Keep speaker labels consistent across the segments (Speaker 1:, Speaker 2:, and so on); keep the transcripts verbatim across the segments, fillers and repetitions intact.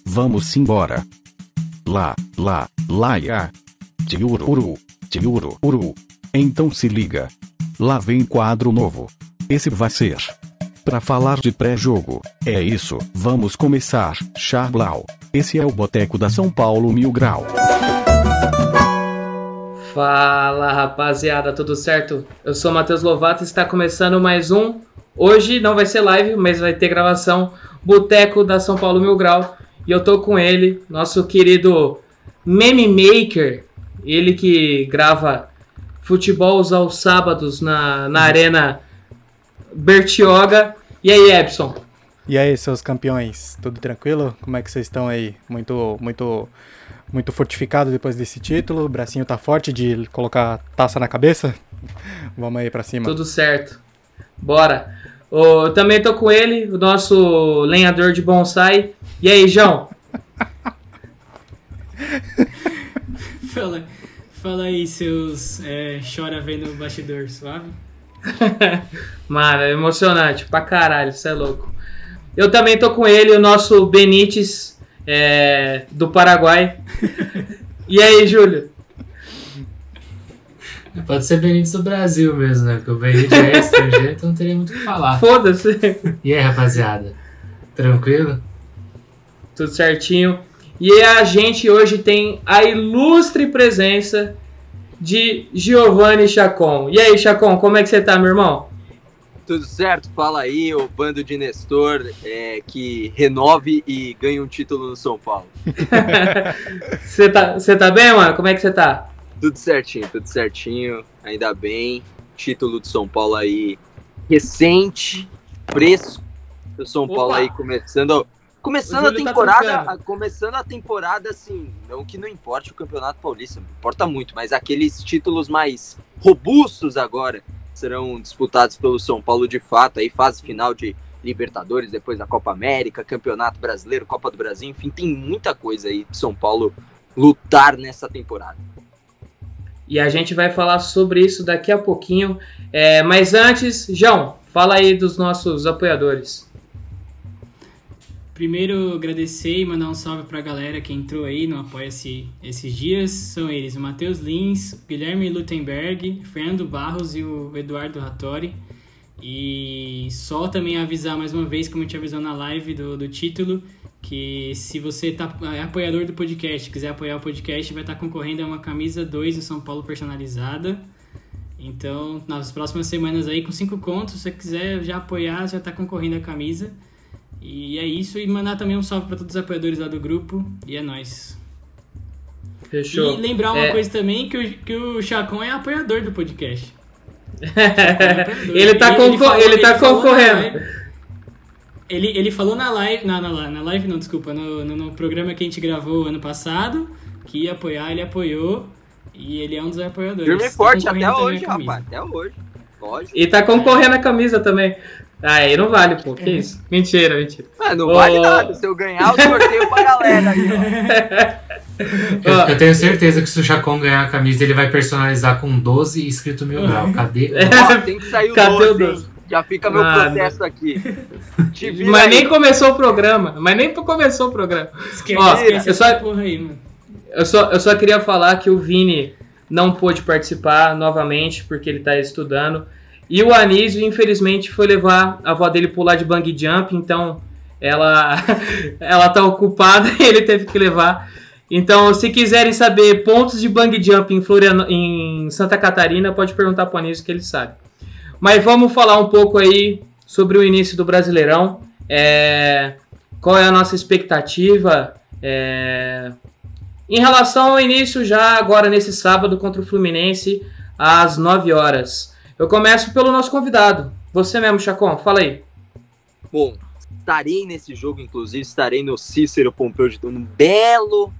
Speaker 1: vamos embora. Lá, lá, lá, ia. Tiururu, tiururu. Então se liga. Lá vem quadro novo. Esse vai ser pra falar de pré-jogo. É isso, vamos começar. Charblau. Esse é o Boteco da São Paulo Mil Grau.
Speaker 2: Fala, rapaziada, tudo certo? Eu sou o Matheus Lovato e está começando mais um. Hoje não vai ser live, mas vai ter gravação. Boteco da São Paulo Mil Grau. E eu tô com ele, nosso querido Meme Maker. Ele que grava futebol aos sábados na, na Arena Bertioga. E aí, Epson?
Speaker 3: E aí, seus campeões, tudo tranquilo? Como é que vocês estão aí? Muito, muito, muito fortificado depois desse título? O bracinho tá forte de colocar taça na cabeça? Vamos aí pra cima.
Speaker 2: Tudo certo. Bora. Oh, eu também tô com ele, o nosso lenhador de bonsai. E aí, João?
Speaker 4: fala, fala aí, seus é, chora vendo o bastidor, suave?
Speaker 2: Mano, é emocionante pra caralho, isso é louco. Eu também tô com ele, o nosso Benítez é, do Paraguai. E aí, Júlio?
Speaker 5: Pode ser Benítez do Brasil mesmo, né? Porque o Benítez é estrangeiro, então não teria muito o que falar.
Speaker 2: Foda-se.
Speaker 5: E aí, rapaziada? Tranquilo?
Speaker 2: Tudo certinho. E a gente hoje tem a ilustre presença de Giovanni Chacon. E aí, Chacon, como é que você tá, meu irmão?
Speaker 6: Tudo certo? Fala aí, o bando de Nestor, é, que renove e ganhe um título no São Paulo.
Speaker 2: Você tá, você tá bem, mano? Como é que você tá?
Speaker 6: Tudo certinho, tudo certinho, ainda bem. Título do São Paulo aí recente, fresco. O São Opa. Paulo aí começando, começando a temporada, tá começando a temporada assim, não que não importe o Campeonato Paulista, importa muito, mas aqueles títulos mais robustos agora serão disputados pelo São Paulo de fato, aí fase final de Libertadores, depois da Copa América, Campeonato Brasileiro, Copa do Brasil, enfim, tem muita coisa aí pro São Paulo lutar nessa temporada.
Speaker 2: E a gente vai falar sobre isso daqui a pouquinho. É, mas antes, João, fala aí dos nossos apoiadores.
Speaker 4: Primeiro, agradecer e mandar um salve pra galera que entrou aí no Apoia-se esses dias. São eles o Matheus Lins, o Guilherme Lutemberg, Fernando Barros e o Eduardo Rattori. E só também avisar mais uma vez, como a gente avisou na live do, do título, que se você tá, é apoiador do podcast, quiser apoiar o podcast, vai estar concorrendo a uma camisa dois do São Paulo personalizada. Então, nas próximas semanas aí, com cinco contos, se você quiser já apoiar, já está concorrendo a camisa. E é isso, e mandar também um salve para todos os apoiadores lá do grupo, e é nóis.
Speaker 2: Fechou.
Speaker 4: E lembrar uma
Speaker 2: é...
Speaker 4: coisa também, que o, que o Chacon é apoiador do podcast.
Speaker 2: ele tá, ele, concor- ele, ele tá ele concorrendo.
Speaker 4: Ele, ele falou na live, na, na, na live não, desculpa, no, no, no programa que a gente gravou ano passado, que ia apoiar, ele apoiou, e ele é um dos apoiadores.
Speaker 6: Firme forte até hoje, rapaz, até hoje. Lógico.
Speaker 2: E tá concorrendo a camisa também. Ah, aí não vale, pô, que isso? Mentira, mentira.
Speaker 6: Ah, não oh. vale nada, se eu ganhar, eu sorteio pra galera aí,
Speaker 5: ó. Eu, eu tenho certeza que se o Chacon ganhar a camisa, ele vai personalizar com doze escrito Mil Grau. Cadê?
Speaker 6: Ó, tem que sair o Cadê doze, o doze? Já fica meu ah, protesto aqui.
Speaker 2: Mas aí. nem começou o programa, mas nem começou o programa.
Speaker 4: Esquece, ó, esquece eu só, porra aí, mano.
Speaker 2: Eu só, eu só queria falar que o Vini não pôde participar novamente, porque ele tá estudando. E o Anísio, infelizmente, foi levar a avó dele pular de bungee jump, então ela, ela tá ocupada e ele teve que levar. Então, se quiserem saber pontos de bungee jump em, Florian... em Santa Catarina, pode perguntar pro Anísio que ele sabe. Mas vamos falar um pouco aí sobre o início do Brasileirão. É... Qual é a nossa expectativa é... em relação ao início já agora nesse sábado contra o Fluminense às nove horas. Eu começo pelo nosso convidado. Você mesmo, Chacon, fala aí.
Speaker 6: Bom, estarei nesse jogo, inclusive, estarei no Cícero Pompeu de Toledo, um belo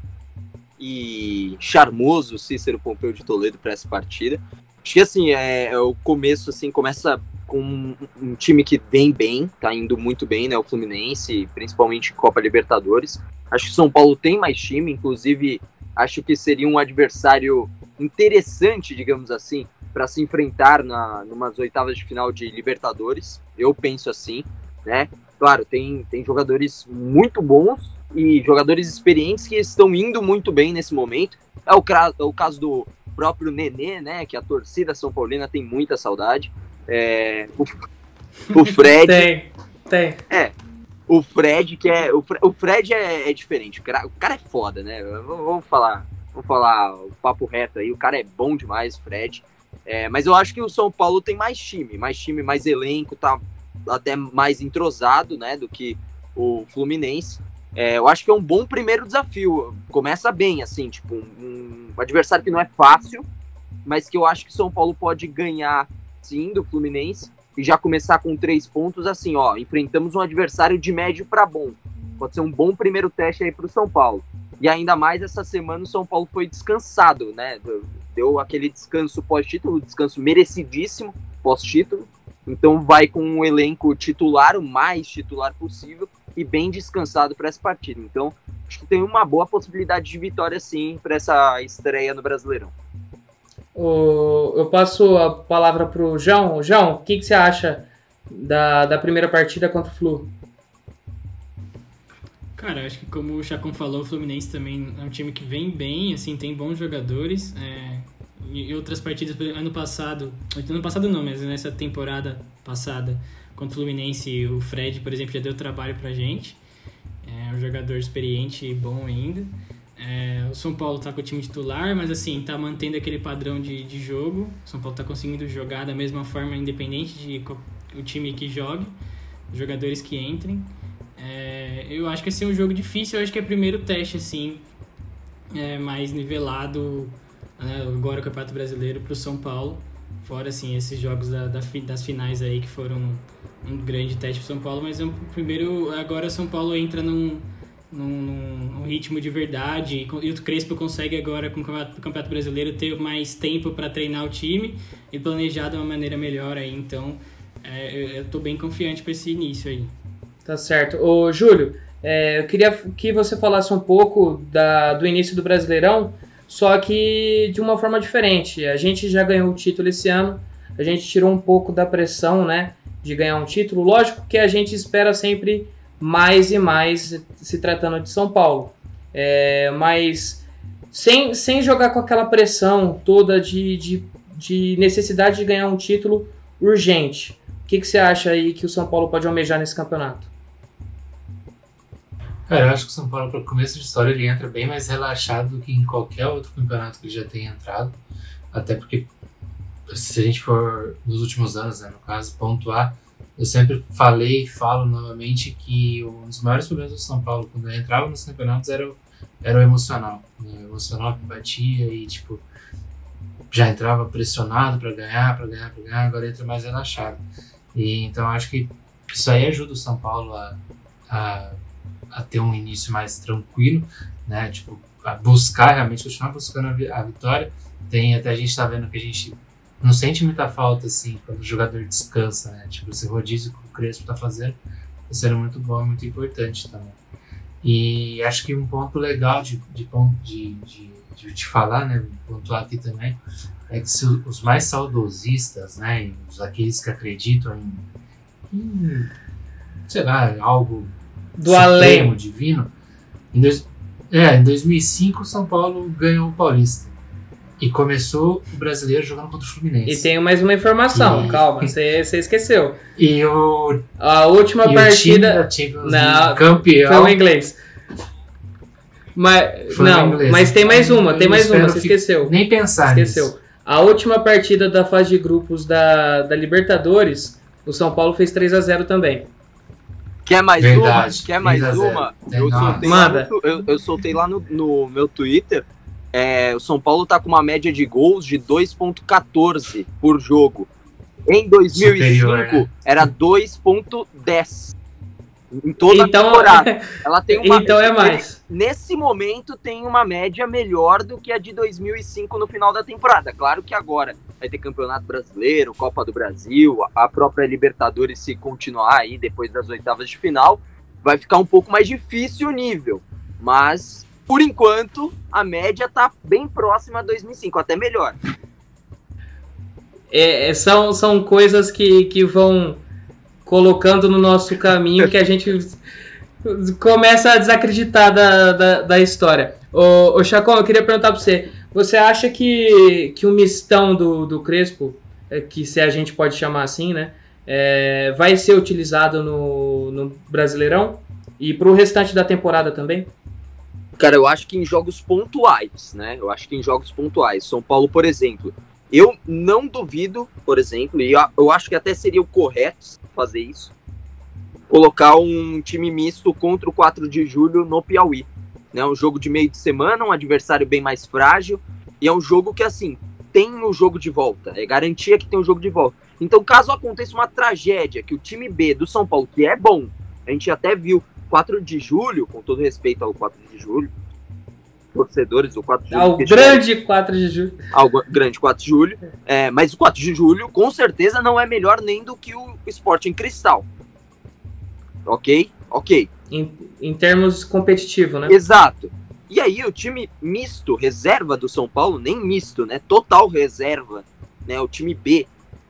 Speaker 6: e charmoso Cícero Pompeu de Toledo para essa partida. Acho que assim, é, é o começo, assim, começa com um, um time que vem bem, tá indo muito bem, né, o Fluminense, principalmente Copa Libertadores. Acho que o São Paulo tem mais time, inclusive acho que seria um adversário interessante, digamos assim, para se enfrentar na numas oitavas de final de Libertadores. Eu penso assim, né? Claro, tem, tem jogadores muito bons, e jogadores experientes que estão indo muito bem nesse momento. É o, é o caso do próprio Nenê, né, que a torcida São Paulina tem muita saudade. É, o, o Fred...
Speaker 2: tem, tem.
Speaker 6: É, o Fred, que é... O, o Fred é, é diferente, o cara, o cara é foda, né? Vamos falar, vamos falar o papo reto aí, o cara é bom demais, o Fred. É, mas eu acho que o São Paulo tem mais time, mais time, mais elenco, tá até mais entrosado, né, do que o Fluminense. É, eu acho que é um bom primeiro desafio. Começa bem, assim, tipo, um, um adversário que não é fácil, mas que eu acho que o São Paulo pode ganhar, sim, do Fluminense, e já começar com três pontos, assim, ó, enfrentamos um adversário de médio para bom. Pode ser um bom primeiro teste aí pro São Paulo. E ainda mais essa semana o São Paulo foi descansado, né? Deu aquele descanso pós-título, descanso merecidíssimo pós-título. Então vai com um elenco titular, o mais titular possível, e bem descansado para essa partida. Então, acho que tem uma boa possibilidade de vitória, sim, para essa estreia no Brasileirão.
Speaker 2: O, eu passo a palavra para o João. João, o que, que você acha da, da primeira partida contra o Flu?
Speaker 4: Cara, acho que como o Chacon falou, o Fluminense também é um time que vem bem, assim, tem bons jogadores. É, em outras partidas, ano passado, ano passado não, mas nessa temporada passada, contra o Fluminense, o Fred, por exemplo, já deu trabalho pra gente. É um jogador experiente e bom ainda. É, o São Paulo tá com o time titular, mas assim, tá mantendo aquele padrão de, de jogo. O São Paulo tá conseguindo jogar da mesma forma, independente de o time que jogue, os jogadores que entrem. É, eu acho que esse é um jogo difícil, eu acho que é o primeiro teste, assim, é, mais nivelado, né, agora o Campeonato Brasileiro pro São Paulo. Fora, assim, esses jogos da, da, das finais aí que foram um grande teste pro São Paulo, mas é um, primeiro, agora o São Paulo entra num, num, num ritmo de verdade, e o Crespo consegue agora, com o Campeonato, Campeonato Brasileiro, ter mais tempo para treinar o time e planejar de uma maneira melhor aí, então é, eu, eu tô bem confiante para esse início aí.
Speaker 2: Tá certo. Ô, Júlio, é, eu queria que você falasse um pouco da, do início do Brasileirão, só que de uma forma diferente. A gente já ganhou o título esse ano, a gente tirou um pouco da pressão, né, de ganhar um título. Lógico que a gente espera sempre mais e mais se tratando de São Paulo, é, mas sem, sem jogar com aquela pressão toda de, de, de necessidade de ganhar um título urgente. O que, que você acha aí que o São Paulo pode almejar nesse campeonato?
Speaker 5: Cara, eu acho que o São Paulo, para o começo de história, ele entra bem mais relaxado do que em qualquer outro campeonato que ele já tenha entrado. Até porque, se a gente for, nos últimos anos, né, no caso, pontuar, eu sempre falei e falo novamente que um dos maiores problemas do São Paulo, quando ele entrava nos campeonatos, era o, era o emocional. Né? O emocional que batia e, tipo, já entrava pressionado para ganhar, para ganhar, para ganhar, agora entra mais relaxado. E, então, acho que isso aí ajuda o São Paulo a... a a ter um início mais tranquilo, né, tipo, a buscar realmente, continuar buscando a, vi- a vitória. Tem, até a gente tá vendo que a gente não sente muita falta, assim, quando o jogador descansa, né, tipo, esse rodízio que o Crespo tá fazendo, tá sendo muito bom, muito importante também. E acho que um ponto legal de, de, de, de, de, de falar, né, pontuar aqui também, é que se os mais saudosistas, né, os, aqueles que acreditam em, em sei lá, algo
Speaker 2: do além,
Speaker 5: divino. Em, dois, é, em dois mil e cinco, o São Paulo ganhou o Paulista. E começou o brasileiro jogando contra o Fluminense.
Speaker 2: E tenho mais uma informação, e... calma, você, você esqueceu.
Speaker 5: E o.
Speaker 2: A última
Speaker 5: e
Speaker 2: partida.
Speaker 5: O time da
Speaker 2: não,
Speaker 5: campeão.
Speaker 2: Foi o inglês. Mas, foi não, inglês. Mas tem mais uma, tem mais uma, você esqueceu.
Speaker 5: Nem pensar
Speaker 2: esqueceu.
Speaker 5: Nisso.
Speaker 2: A última partida da fase de grupos da, da Libertadores, o São Paulo fez três a zero também.
Speaker 6: Quer mais
Speaker 5: Verdade,
Speaker 6: uma? Quer mais uma? Eu soltei,
Speaker 2: Manda.
Speaker 6: No, eu, eu soltei lá no, no meu Twitter. É, o São Paulo tá com uma média de gols de dois ponto catorze por jogo. Em dois mil e cinco, Superior, né? Era dois ponto dez. Em toda então, a temporada. Ela tem uma
Speaker 2: então é mais.
Speaker 6: Nesse momento tem uma média melhor do que a de dois mil e cinco no final da temporada. Claro que agora vai ter Campeonato Brasileiro, Copa do Brasil, a própria Libertadores, se continuar aí depois das oitavas de final, vai ficar um pouco mais difícil o nível. Mas, por enquanto, a média tá bem próxima a dois mil e cinco, até melhor.
Speaker 2: É, são, são coisas que, que vão colocando no nosso caminho que a gente começa a desacreditar da, da, da história. Ô, ô Chacon, eu queria perguntar pra você, você acha que, que o mistão do, do Crespo, que se a gente pode chamar assim, né, é, vai ser utilizado no, no Brasileirão e pro restante da temporada também?
Speaker 6: Cara, eu acho que em jogos pontuais, né, eu acho que em jogos pontuais, São Paulo, por exemplo, eu não duvido, por exemplo, e eu acho que até seria o correto fazer isso, colocar um time misto contra o quatro de julho no Piauí. É um jogo de meio de semana, um adversário bem mais frágil, e é um jogo que, assim, tem o jogo de volta, é garantia que tem o jogo de volta. Então, caso aconteça uma tragédia, que o time B do São Paulo, que é bom, a gente até viu quatro de julho, com todo respeito ao quatro de julho, torcedores do quatro de julho.
Speaker 2: Ao grande quatro de julho.
Speaker 6: Ao grande quatro de julho, é, mas o quatro de julho, com certeza, não é melhor nem do que o Sporting Cristal. Ok? Ok.
Speaker 2: Em, em termos competitivos, né?
Speaker 6: Exato. E aí o time misto, reserva do São Paulo, nem misto, né? Total reserva, né? O time B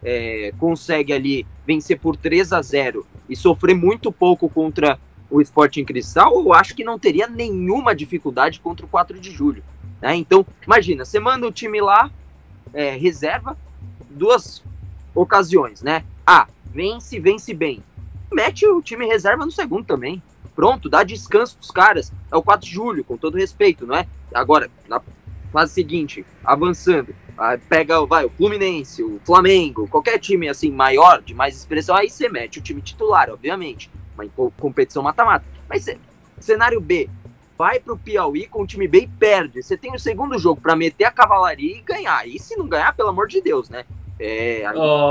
Speaker 6: é, consegue ali vencer por três a zero e sofrer muito pouco contra o Sporting Cristal, eu acho que não teria nenhuma dificuldade contra o quatro de julho. Né? Então, imagina, você manda o time lá, é, reserva, duas ocasiões, né? Ah, vence, vence bem. Mete o time reserva no segundo também. Pronto, dá descanso pros caras. É o quatro de julho, com todo respeito, não é? Agora, na fase seguinte, avançando, pega vai, o Fluminense, o Flamengo, qualquer time assim maior, de mais expressão, aí você mete o time titular, obviamente. Uma competição mata-mata. Mas cenário B, vai pro Piauí com o time B e perde. Você tem o segundo jogo pra meter a cavalaria e ganhar. E se não ganhar, pelo amor de Deus, né? É...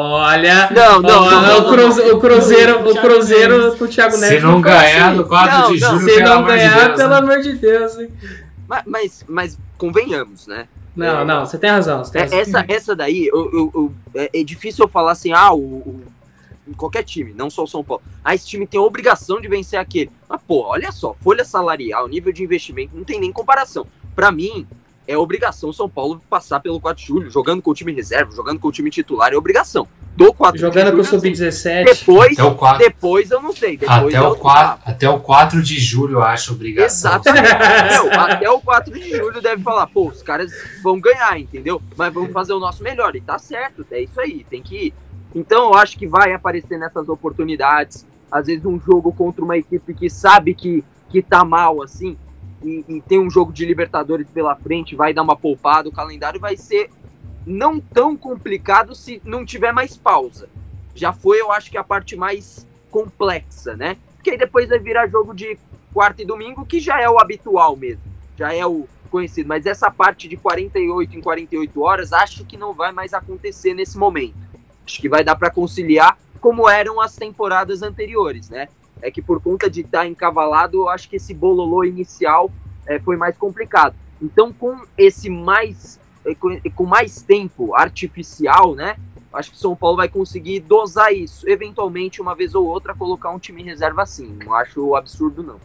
Speaker 2: Olha,
Speaker 6: não, não,
Speaker 2: oh,
Speaker 6: não, não,
Speaker 2: o, cruze, o Cruzeiro, o Cruzeiro com o Thiago Neves.
Speaker 5: Se não ganhar no quatro de julho,
Speaker 2: se não ganhar, pelo amor de Deus. Hein?
Speaker 6: Mas, mas, mas convenhamos, né?
Speaker 2: Não, é, não, você tem razão. Você tem razão.
Speaker 6: Essa, essa daí, eu, eu, eu, é, é difícil eu falar assim, ah, o, o, qualquer time, não só o São Paulo. Ah, esse time tem a obrigação de vencer aquele. Mas, pô, olha só, folha salarial, nível de investimento, não tem nem comparação. Pra mim, é obrigação o São Paulo passar pelo quatro de julho, jogando com o time reserva, jogando com o time titular, é obrigação. Do quatro
Speaker 2: jogando
Speaker 6: de julho,
Speaker 2: com o sub dezessete.
Speaker 6: Depois, depois eu não sei. Depois
Speaker 5: até, o quatro, até o quatro de julho eu acho obrigação.
Speaker 6: Exatamente. Não, até o quatro de julho deve falar, pô, os caras vão ganhar, entendeu? Mas vamos fazer o nosso melhor. E tá certo, é isso aí, tem que ir. Então eu acho que vai aparecer nessas oportunidades. Às vezes um jogo contra uma equipe que sabe que, que tá mal, assim, e, e tem um jogo de Libertadores pela frente, vai dar uma poupada, o calendário vai ser não tão complicado se não tiver mais pausa. Já foi, eu acho que a parte mais complexa, né? Porque aí depois vai virar jogo de quarta e domingo, que já é o habitual mesmo, já é o conhecido. Mas essa parte de quarenta e oito em quarenta e oito horas, acho que não vai mais acontecer nesse momento. Acho que vai dar para conciliar como eram as temporadas anteriores, né? É que por conta de estar encavalado, eu acho que esse bololô inicial é, foi mais complicado. Então, com esse mais, com, com mais tempo artificial, né? Acho que o São Paulo vai conseguir dosar isso. Eventualmente, uma vez ou outra, colocar um time em reserva assim. Não acho absurdo, não.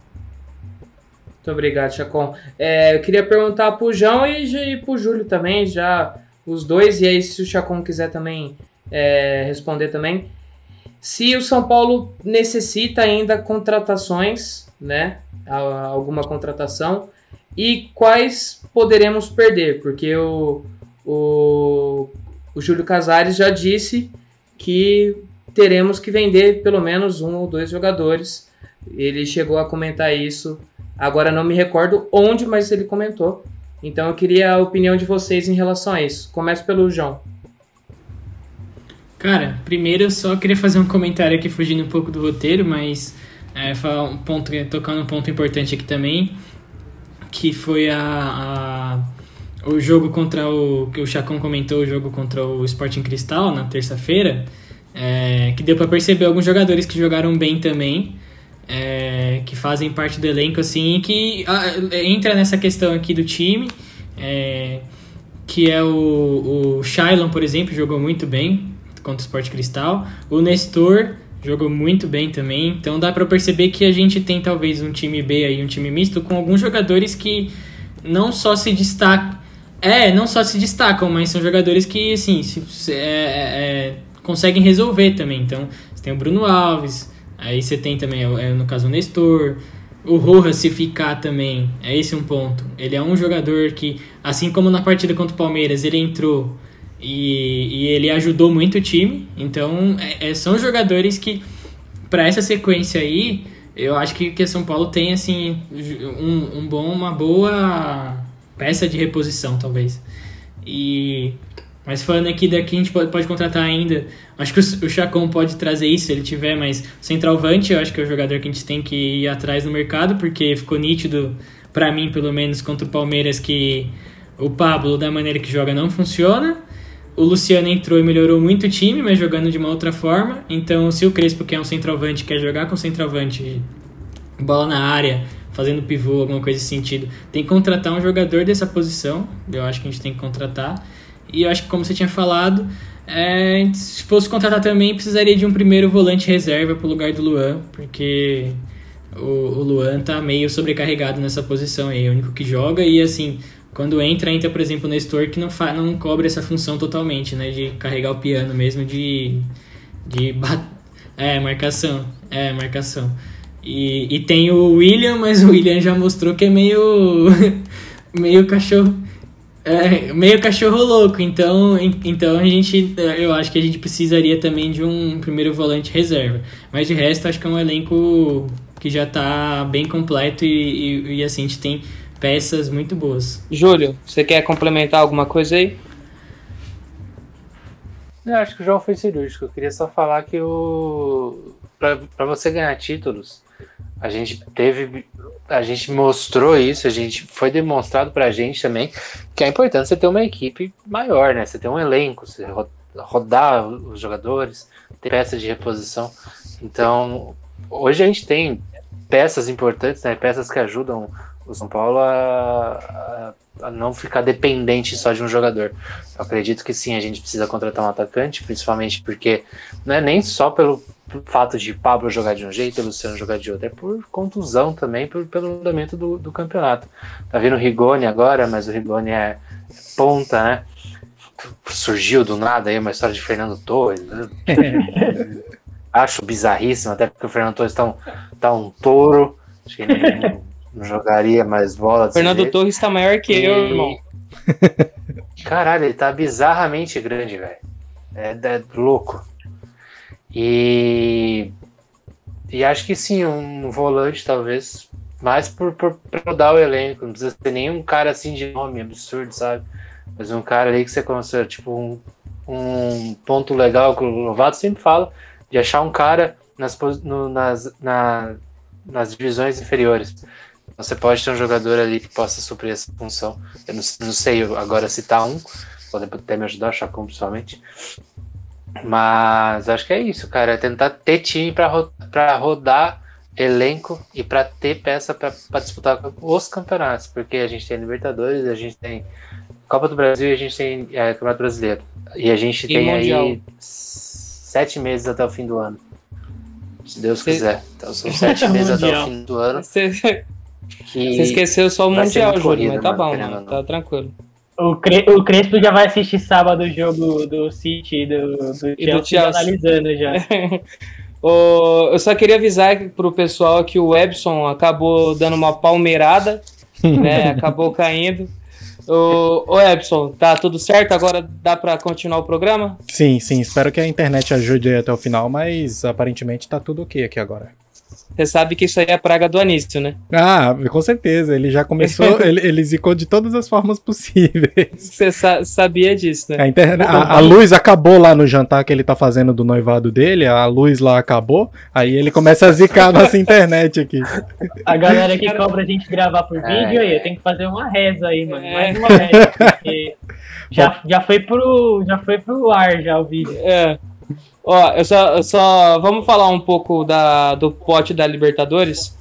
Speaker 2: Muito obrigado, Chacon. É, eu queria perguntar pro João e, e pro Júlio também, já os dois, e aí se o Chacon quiser também é, responder também. Se o São Paulo necessita ainda contratações, né? Alguma contratação, e quais poderemos perder? Porque o, o, o Júlio Casares já disse que teremos que vender pelo menos um ou dois jogadores. Ele chegou a comentar isso, agora não me recordo onde, mas ele comentou. Então eu queria a opinião de vocês em relação a isso. Começo pelo João.
Speaker 4: Cara, primeiro eu só queria fazer um comentário aqui fugindo um pouco do roteiro, mas é, falar um ponto, tocando um ponto importante aqui também, que foi a, a, o jogo contra o, que o Chacon comentou, o jogo contra o Sporting Cristal na terça-feira, é, que deu para perceber alguns jogadores que jogaram bem também, é, que fazem parte do elenco, assim, e que a, entra nessa questão aqui do time, é, que é o, o Shailon, por exemplo, jogou muito bem contra o Sport Cristal. O Nestor jogou muito bem também. Então dá para perceber que a gente tem talvez um time B aí, um time misto, com alguns jogadores que não só se destacam, é, não só se destacam, mas são jogadores que, assim, se, se, é, é, conseguem resolver também. Então você tem o Bruno Alves, aí você tem também, é, no caso, o Nestor, o Rojas se ficar também, é esse um ponto. Ele é um jogador que, assim como na partida contra o Palmeiras, ele entrou e, e ele ajudou muito o time. Então, é, é, são jogadores que, para essa sequência aí, eu acho que o São Paulo tem assim, um, um bom, uma boa peça de reposição, talvez. E... Mas falando aqui daqui, a gente pode, pode contratar ainda. Acho que o, o Chacon pode trazer isso se ele tiver, mas o centroavante eu acho que é o jogador que a gente tem que ir atrás no mercado, porque ficou nítido, pra mim pelo menos, contra o Palmeiras, que o Pablo, da maneira que joga, não funciona. O Luciano entrou e melhorou muito o time, mas jogando de uma outra forma. Então, se o Crespo, que é um centroavante, quer jogar com centroavante, bola na área, fazendo pivô, alguma coisa nesse sentido, tem que contratar um jogador dessa posição. Eu acho que a gente tem que contratar. E eu acho que, como você tinha falado, é, se fosse contratar também, precisaria de um primeiro volante reserva pro lugar do Luan, porque o, o Luan tá meio sobrecarregado nessa posição aí, é o único que joga. E assim, quando entra, entra, por exemplo, o Nestor, que não, fa, não cobre essa função totalmente, né, de carregar o piano mesmo, de, de bat... é, marcação, é, marcação. E, e tem o William, mas o William já mostrou que é meio, meio cachorro. É, meio cachorro louco, então, então a gente, eu acho que a gente precisaria também de um primeiro volante reserva. Mas de resto, acho que é um elenco que já está bem completo e, e, e assim, a gente tem peças muito boas.
Speaker 7: Júlio, você quer complementar alguma coisa aí?
Speaker 5: Eu acho que o João foi cirúrgico. Eu queria só falar que o para você ganhar títulos, a gente teve, a gente mostrou isso, a gente foi demonstrado pra gente também que é importante você ter uma equipe maior, né? Você ter um elenco, você rodar os jogadores, ter peças de reposição. Então, hoje a gente tem peças importantes, né? Peças que ajudam o São Paulo a, a, a não ficar dependente só de um jogador. Eu acredito que sim, a gente precisa contratar um atacante, principalmente porque não é nem só pelo fato de Pablo jogar de um jeito e Luciano jogar de outro, é por contusão também, por, pelo andamento do, do campeonato. Tá vendo o Rigoni agora, mas o Rigoni é ponta, né? Surgiu do nada aí uma história de Fernando Torres, né? Acho bizarríssimo, até porque o Fernando Torres tá um, tá um touro, acho que ele não, não jogaria mais bola.
Speaker 7: Fernando jeito. Torres tá maior que e... eu, irmão.
Speaker 5: Caralho, ele tá bizarramente grande, velho. É, é louco. E, e acho que sim, um volante talvez, mais por, por, por mudar o elenco, não precisa ter nenhum cara assim de nome absurdo, sabe? Mas um cara ali que você considera, tipo, um, um ponto legal que o Lovato sempre fala, de achar um cara nas, no, nas, na, nas divisões inferiores. Você pode ter um jogador ali que possa suprir essa função. Eu não, não sei agora citar um, pode até me ajudar, Chacon principalmente. Mas acho que é isso, cara. É tentar ter time pra, ro- pra rodar elenco e pra ter peça pra, pra disputar os campeonatos. Porque a gente tem Libertadores, a gente tem Copa do Brasil e a gente tem é, Campeonato Brasileiro. E a gente
Speaker 7: e
Speaker 5: tem
Speaker 7: mundial.
Speaker 5: aí sete meses até o fim do ano. Se Deus Cê... quiser. Então são sete meses até o fim do ano.
Speaker 7: Você que... esqueceu só o Mundial, Júlio, mas tá bom, mano, tá tranquilo.
Speaker 8: O, Cre- o Crespo já vai assistir sábado o jogo do City e do, do Chelsea, do Chelsea. Analisando já.
Speaker 7: o, eu só queria avisar pro pessoal que o Ebson acabou dando uma palmeirada, né? Acabou caindo. O, o Ebson, tá tudo certo? Agora dá pra continuar o programa?
Speaker 3: Sim, sim. Espero que a internet ajude até o final, mas aparentemente tá tudo ok aqui agora.
Speaker 7: Você sabe que isso aí é a praga do Anísio, né?
Speaker 3: Ah, com certeza. Ele já começou, ele, ele zicou de todas as formas possíveis.
Speaker 7: Você sa- sabia disso, né?
Speaker 3: A, interna- a, a luz acabou lá no jantar que ele tá fazendo do noivado dele, a luz lá acabou, aí ele começa a zicar a nossa internet aqui.
Speaker 8: A galera que cobra a gente gravar por vídeo, aí eu tenho que fazer uma reza aí, mano. Mais uma reza, porque já, já, foi pro, já foi pro ar já o vídeo.
Speaker 7: É. Ó, eu só, eu só... Vamos falar um pouco da, do pote da Libertadores.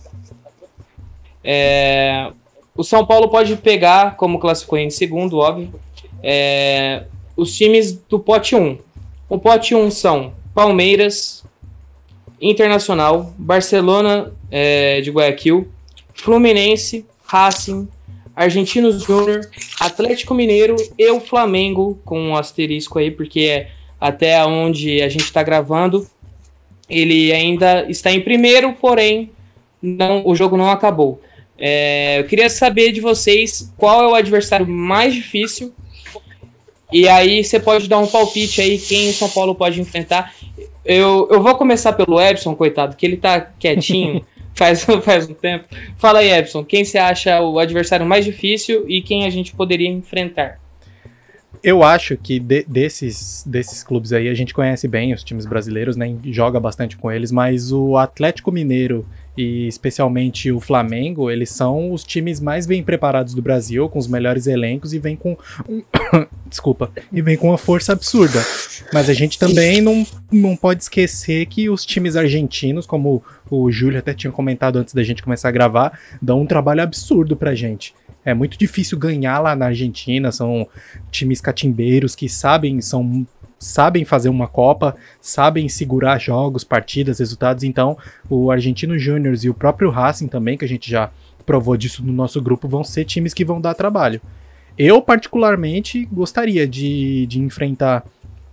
Speaker 7: É, o São Paulo pode pegar, como classificou em segundo, óbvio, é, os times do pote um. O pote um são Palmeiras, Internacional, Barcelona é, de Guayaquil, Fluminense, Racing, Argentinos Júnior, Atlético Mineiro e o Flamengo, com um asterisco aí, porque é até onde a gente está gravando, ele ainda está em primeiro, porém não, o jogo não acabou. É, eu queria saber de vocês qual é o adversário mais difícil. E aí você pode dar um palpite aí quem o São Paulo pode enfrentar. Eu, eu vou começar pelo Epson, coitado, que ele tá quietinho faz, faz um tempo. Fala aí, Epson, quem você acha o adversário mais difícil e quem a gente poderia enfrentar?
Speaker 3: Eu acho que de, desses, desses clubes aí, a gente conhece bem os times brasileiros, né? Joga bastante com eles, mas o Atlético Mineiro e especialmente o Flamengo, eles são os times mais bem preparados do Brasil, com os melhores elencos e vem com um, desculpa, e vem com uma força absurda. Mas a gente também não, não pode esquecer que os times argentinos, como o Júlio até tinha comentado antes da gente começar a gravar, dão um trabalho absurdo pra gente. É muito difícil ganhar lá na Argentina, são times catimbeiros que sabem, são, sabem fazer uma Copa, sabem segurar jogos, partidas, resultados. Então, o Argentino Júnior e o próprio Racing também, que a gente já provou disso no nosso grupo, vão ser times que vão dar trabalho. Eu, particularmente, gostaria de, de enfrentar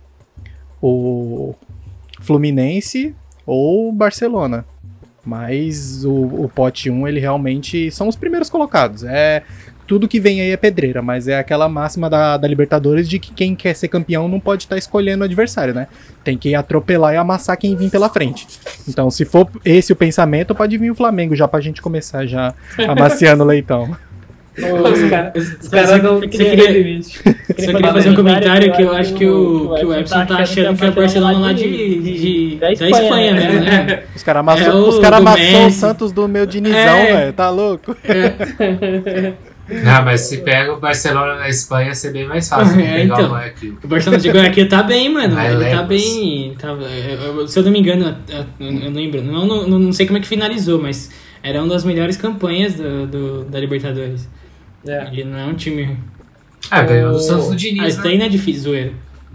Speaker 3: o Fluminense ou o Barcelona. Mas o, o pote um, ele realmente são os primeiros colocados. É, tudo que vem aí é pedreira, mas é aquela máxima da, da Libertadores de que quem quer ser campeão não pode estar escolhendo o adversário, né? Tem que atropelar e amassar quem vir pela frente. Então, se for esse o pensamento, pode vir o Flamengo já pra gente começar já amaciando o leitão.
Speaker 2: Os caras cara não
Speaker 4: queria, só queria fazer um comentário que eu acho que o, que o Epson tá achando que é o Barcelona lá de, de, de, da Espanha, né? né?
Speaker 3: Os caras amassou, é cara amassou o Santos do meu Dinizão, é. velho. Tá louco?
Speaker 5: É. Não, mas se pega o Barcelona na Espanha, ia ser bem mais fácil de
Speaker 4: é,
Speaker 5: pegar
Speaker 4: então,
Speaker 5: o Guayaquil.
Speaker 4: O Barcelona de Guayaquil tá bem, mano.
Speaker 5: Vai,
Speaker 4: ele
Speaker 5: levas.
Speaker 4: tá bem. Tá, eu, se eu não me engano, eu não lembro. Não, não, não sei como é que finalizou, mas era uma das melhores campanhas do, do, da Libertadores. É. Ele não é um time.
Speaker 5: Ah, ganhou do Santos do Diniz.
Speaker 4: Mas
Speaker 5: né?
Speaker 4: daí não é difícil, zoeira.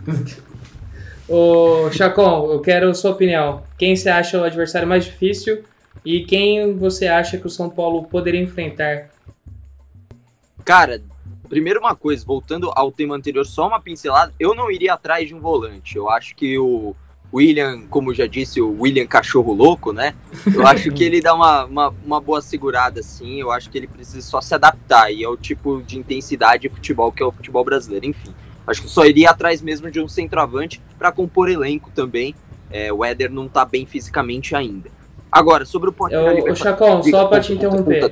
Speaker 2: Ô, Chacon, eu quero a sua opinião. Quem você acha o adversário mais difícil e quem você acha que o São Paulo poderia enfrentar?
Speaker 6: Cara, primeiro uma coisa, voltando ao tema anterior, só uma pincelada, eu não iria atrás de um volante. Eu acho que o William, como já disse, o William Cachorro Louco, né? Eu acho que ele dá uma, uma, uma boa segurada, assim. Eu acho que ele precisa só se adaptar. E é o tipo de intensidade de futebol que é o futebol brasileiro. Enfim, acho que só iria atrás mesmo de um centroavante para compor elenco também. É, o Éder não tá bem fisicamente ainda. Agora, sobre o
Speaker 2: Portugal... Ô, Chacon, só para te interromper.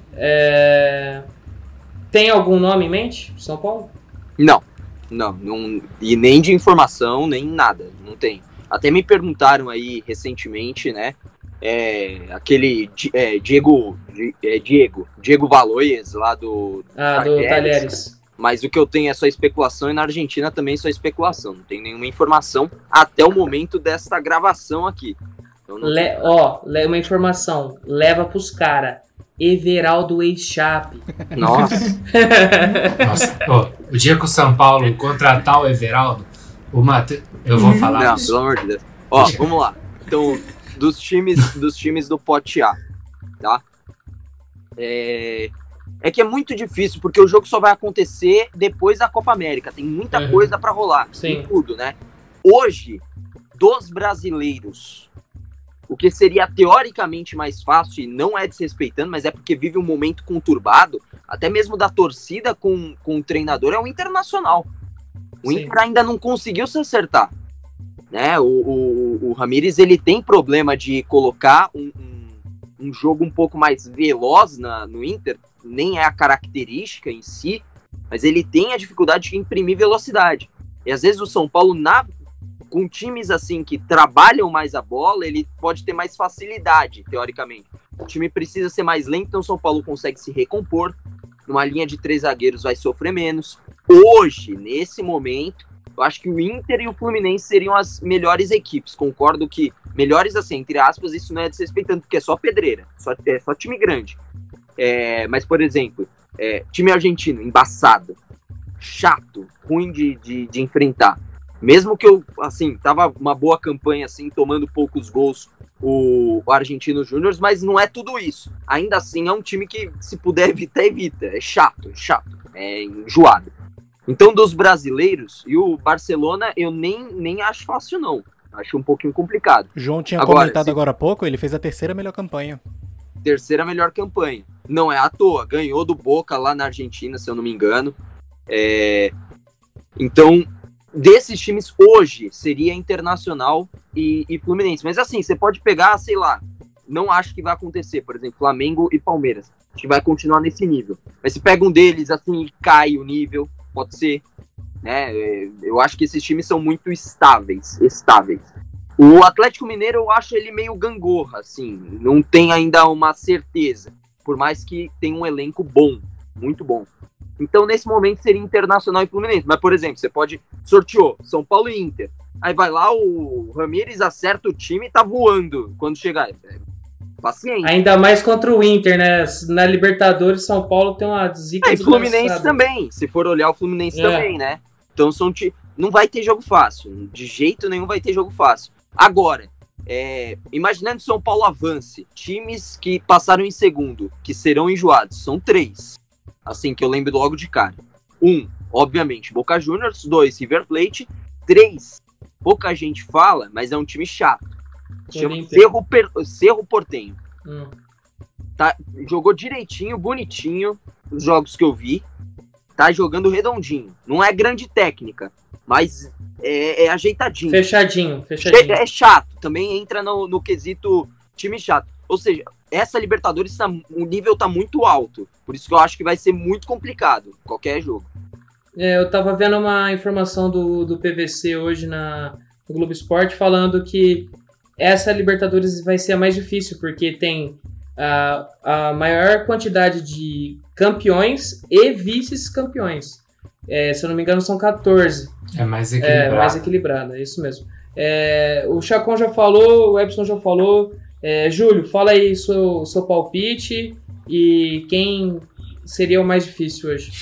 Speaker 2: É... Tem algum nome em mente, São Paulo?
Speaker 6: Não, não, não. E nem de informação, nem nada. Não tem. Até me perguntaram aí recentemente, né? É, aquele é, Diego, é, Diego, Diego Valois lá do,
Speaker 2: ah, do Talheres. Talheres.
Speaker 6: Mas o que eu tenho é só especulação e na Argentina também só especulação. Não tem nenhuma informação até o momento desta gravação aqui. Então
Speaker 2: Le, ó, uma informação. Leva pros caras. Everaldo ex-Chape.
Speaker 6: Nossa.
Speaker 5: Nossa. Oh, o dia que o São Paulo contratar o Everaldo, o Mate... eu vou falar
Speaker 6: Não,
Speaker 5: isso.
Speaker 6: Pelo amor de Deus. Ó, vamos lá. Então, dos times, dos times do pote A, tá? É... é que é muito difícil, porque o jogo só vai acontecer depois da Copa América. Tem muita uhum. coisa pra rolar.
Speaker 2: Sim.
Speaker 6: Tem tudo, né? Hoje, dos brasileiros, o que seria teoricamente mais fácil, e não é desrespeitando, mas é porque vive um momento conturbado, até mesmo da torcida com, com o treinador, é o Internacional. O Sim. Inter ainda não conseguiu se acertar. Né? O, o, o Ramírez, ele tem problema de colocar um, um, um jogo um pouco mais veloz na, no Inter, nem é a característica em si, mas ele tem a dificuldade de imprimir velocidade. E às vezes o São Paulo, na com times assim que trabalham mais a bola, ele pode ter mais facilidade, teoricamente. O time precisa ser mais lento, então o São Paulo consegue se recompor. Numa linha de três zagueiros vai sofrer menos. Hoje, nesse momento, eu acho que o Inter e o Fluminense seriam as melhores equipes. Concordo que melhores assim, entre aspas, isso não é desrespeitando, porque é só pedreira, só, é só time grande. É, mas, por exemplo, é, time argentino, embaçado, chato, ruim de, de, de enfrentar. Mesmo que eu, assim, tava uma boa campanha, assim, tomando poucos gols o, o Argentino Júnior, mas não é tudo isso. Ainda assim, é um time que, se puder evitar, evita. É chato, é chato, é enjoado. Então, dos brasileiros, e o Barcelona, eu nem, nem acho fácil, não. Acho um pouquinho complicado.
Speaker 3: O João tinha
Speaker 6: agora,
Speaker 3: comentado
Speaker 6: se...
Speaker 3: agora há pouco, ele fez a terceira melhor campanha.
Speaker 6: terceira melhor campanha. Não é à toa, ganhou do Boca lá na Argentina, se eu não me engano. É... Então, desses times hoje, seria Internacional e, e Fluminense. Mas assim, você pode pegar, sei lá, não acho que vai acontecer, por exemplo, Flamengo e Palmeiras. Acho que vai continuar nesse nível. Mas se pega um deles, assim, e cai o nível, pode ser. Né? Eu acho que esses times são muito estáveis, estáveis. O Atlético Mineiro, eu acho ele meio gangorra, assim, não tem ainda uma certeza, por mais que tenha um elenco bom, muito bom. Então, nesse momento, seria Internacional e Fluminense. Mas, por exemplo, você pode... Sorteou São Paulo e Inter. Aí vai lá, o Ramírez acerta o time e tá voando quando chegar. Paciência.
Speaker 2: Ainda mais contra o Inter, né? Na Libertadores, São Paulo tem uma zica.
Speaker 6: É, e Fluminense também, se for olhar o Fluminense é. também, né? Então, são t... não vai ter jogo fácil. De jeito nenhum vai ter jogo fácil. Agora, é... imaginando que São Paulo avance, times que passaram em segundo, que serão enjoados, são três. Assim, que eu lembro logo de cara. Um, obviamente, Boca Juniors. Dois, River Plate. Três, pouca gente fala, mas é um time chato. Chama Cerro, per... Cerro Porteño. Hum. Tá, jogou direitinho, bonitinho, os jogos que eu vi. Tá jogando redondinho. Não é grande técnica, mas é, é ajeitadinho.
Speaker 2: Fechadinho, fechadinho.
Speaker 6: É, é chato, também entra no, no quesito time chato. Ou seja, essa Libertadores, tá, o nível tá muito alto. Por isso que eu acho que vai ser muito complicado, qualquer jogo.
Speaker 2: É, eu tava vendo uma informação do, do P V C hoje na, no Globo Esporte falando que essa Libertadores vai ser a mais difícil, porque tem a, a maior quantidade de campeões e vice-campeões. É, se eu não me engano, são quatorze.
Speaker 5: É mais equilibrado.
Speaker 2: É mais equilibrado, é isso mesmo. É, o Chacon já falou, o Epson já falou. É, Júlio, fala aí seu, seu palpite e quem seria o mais difícil hoje.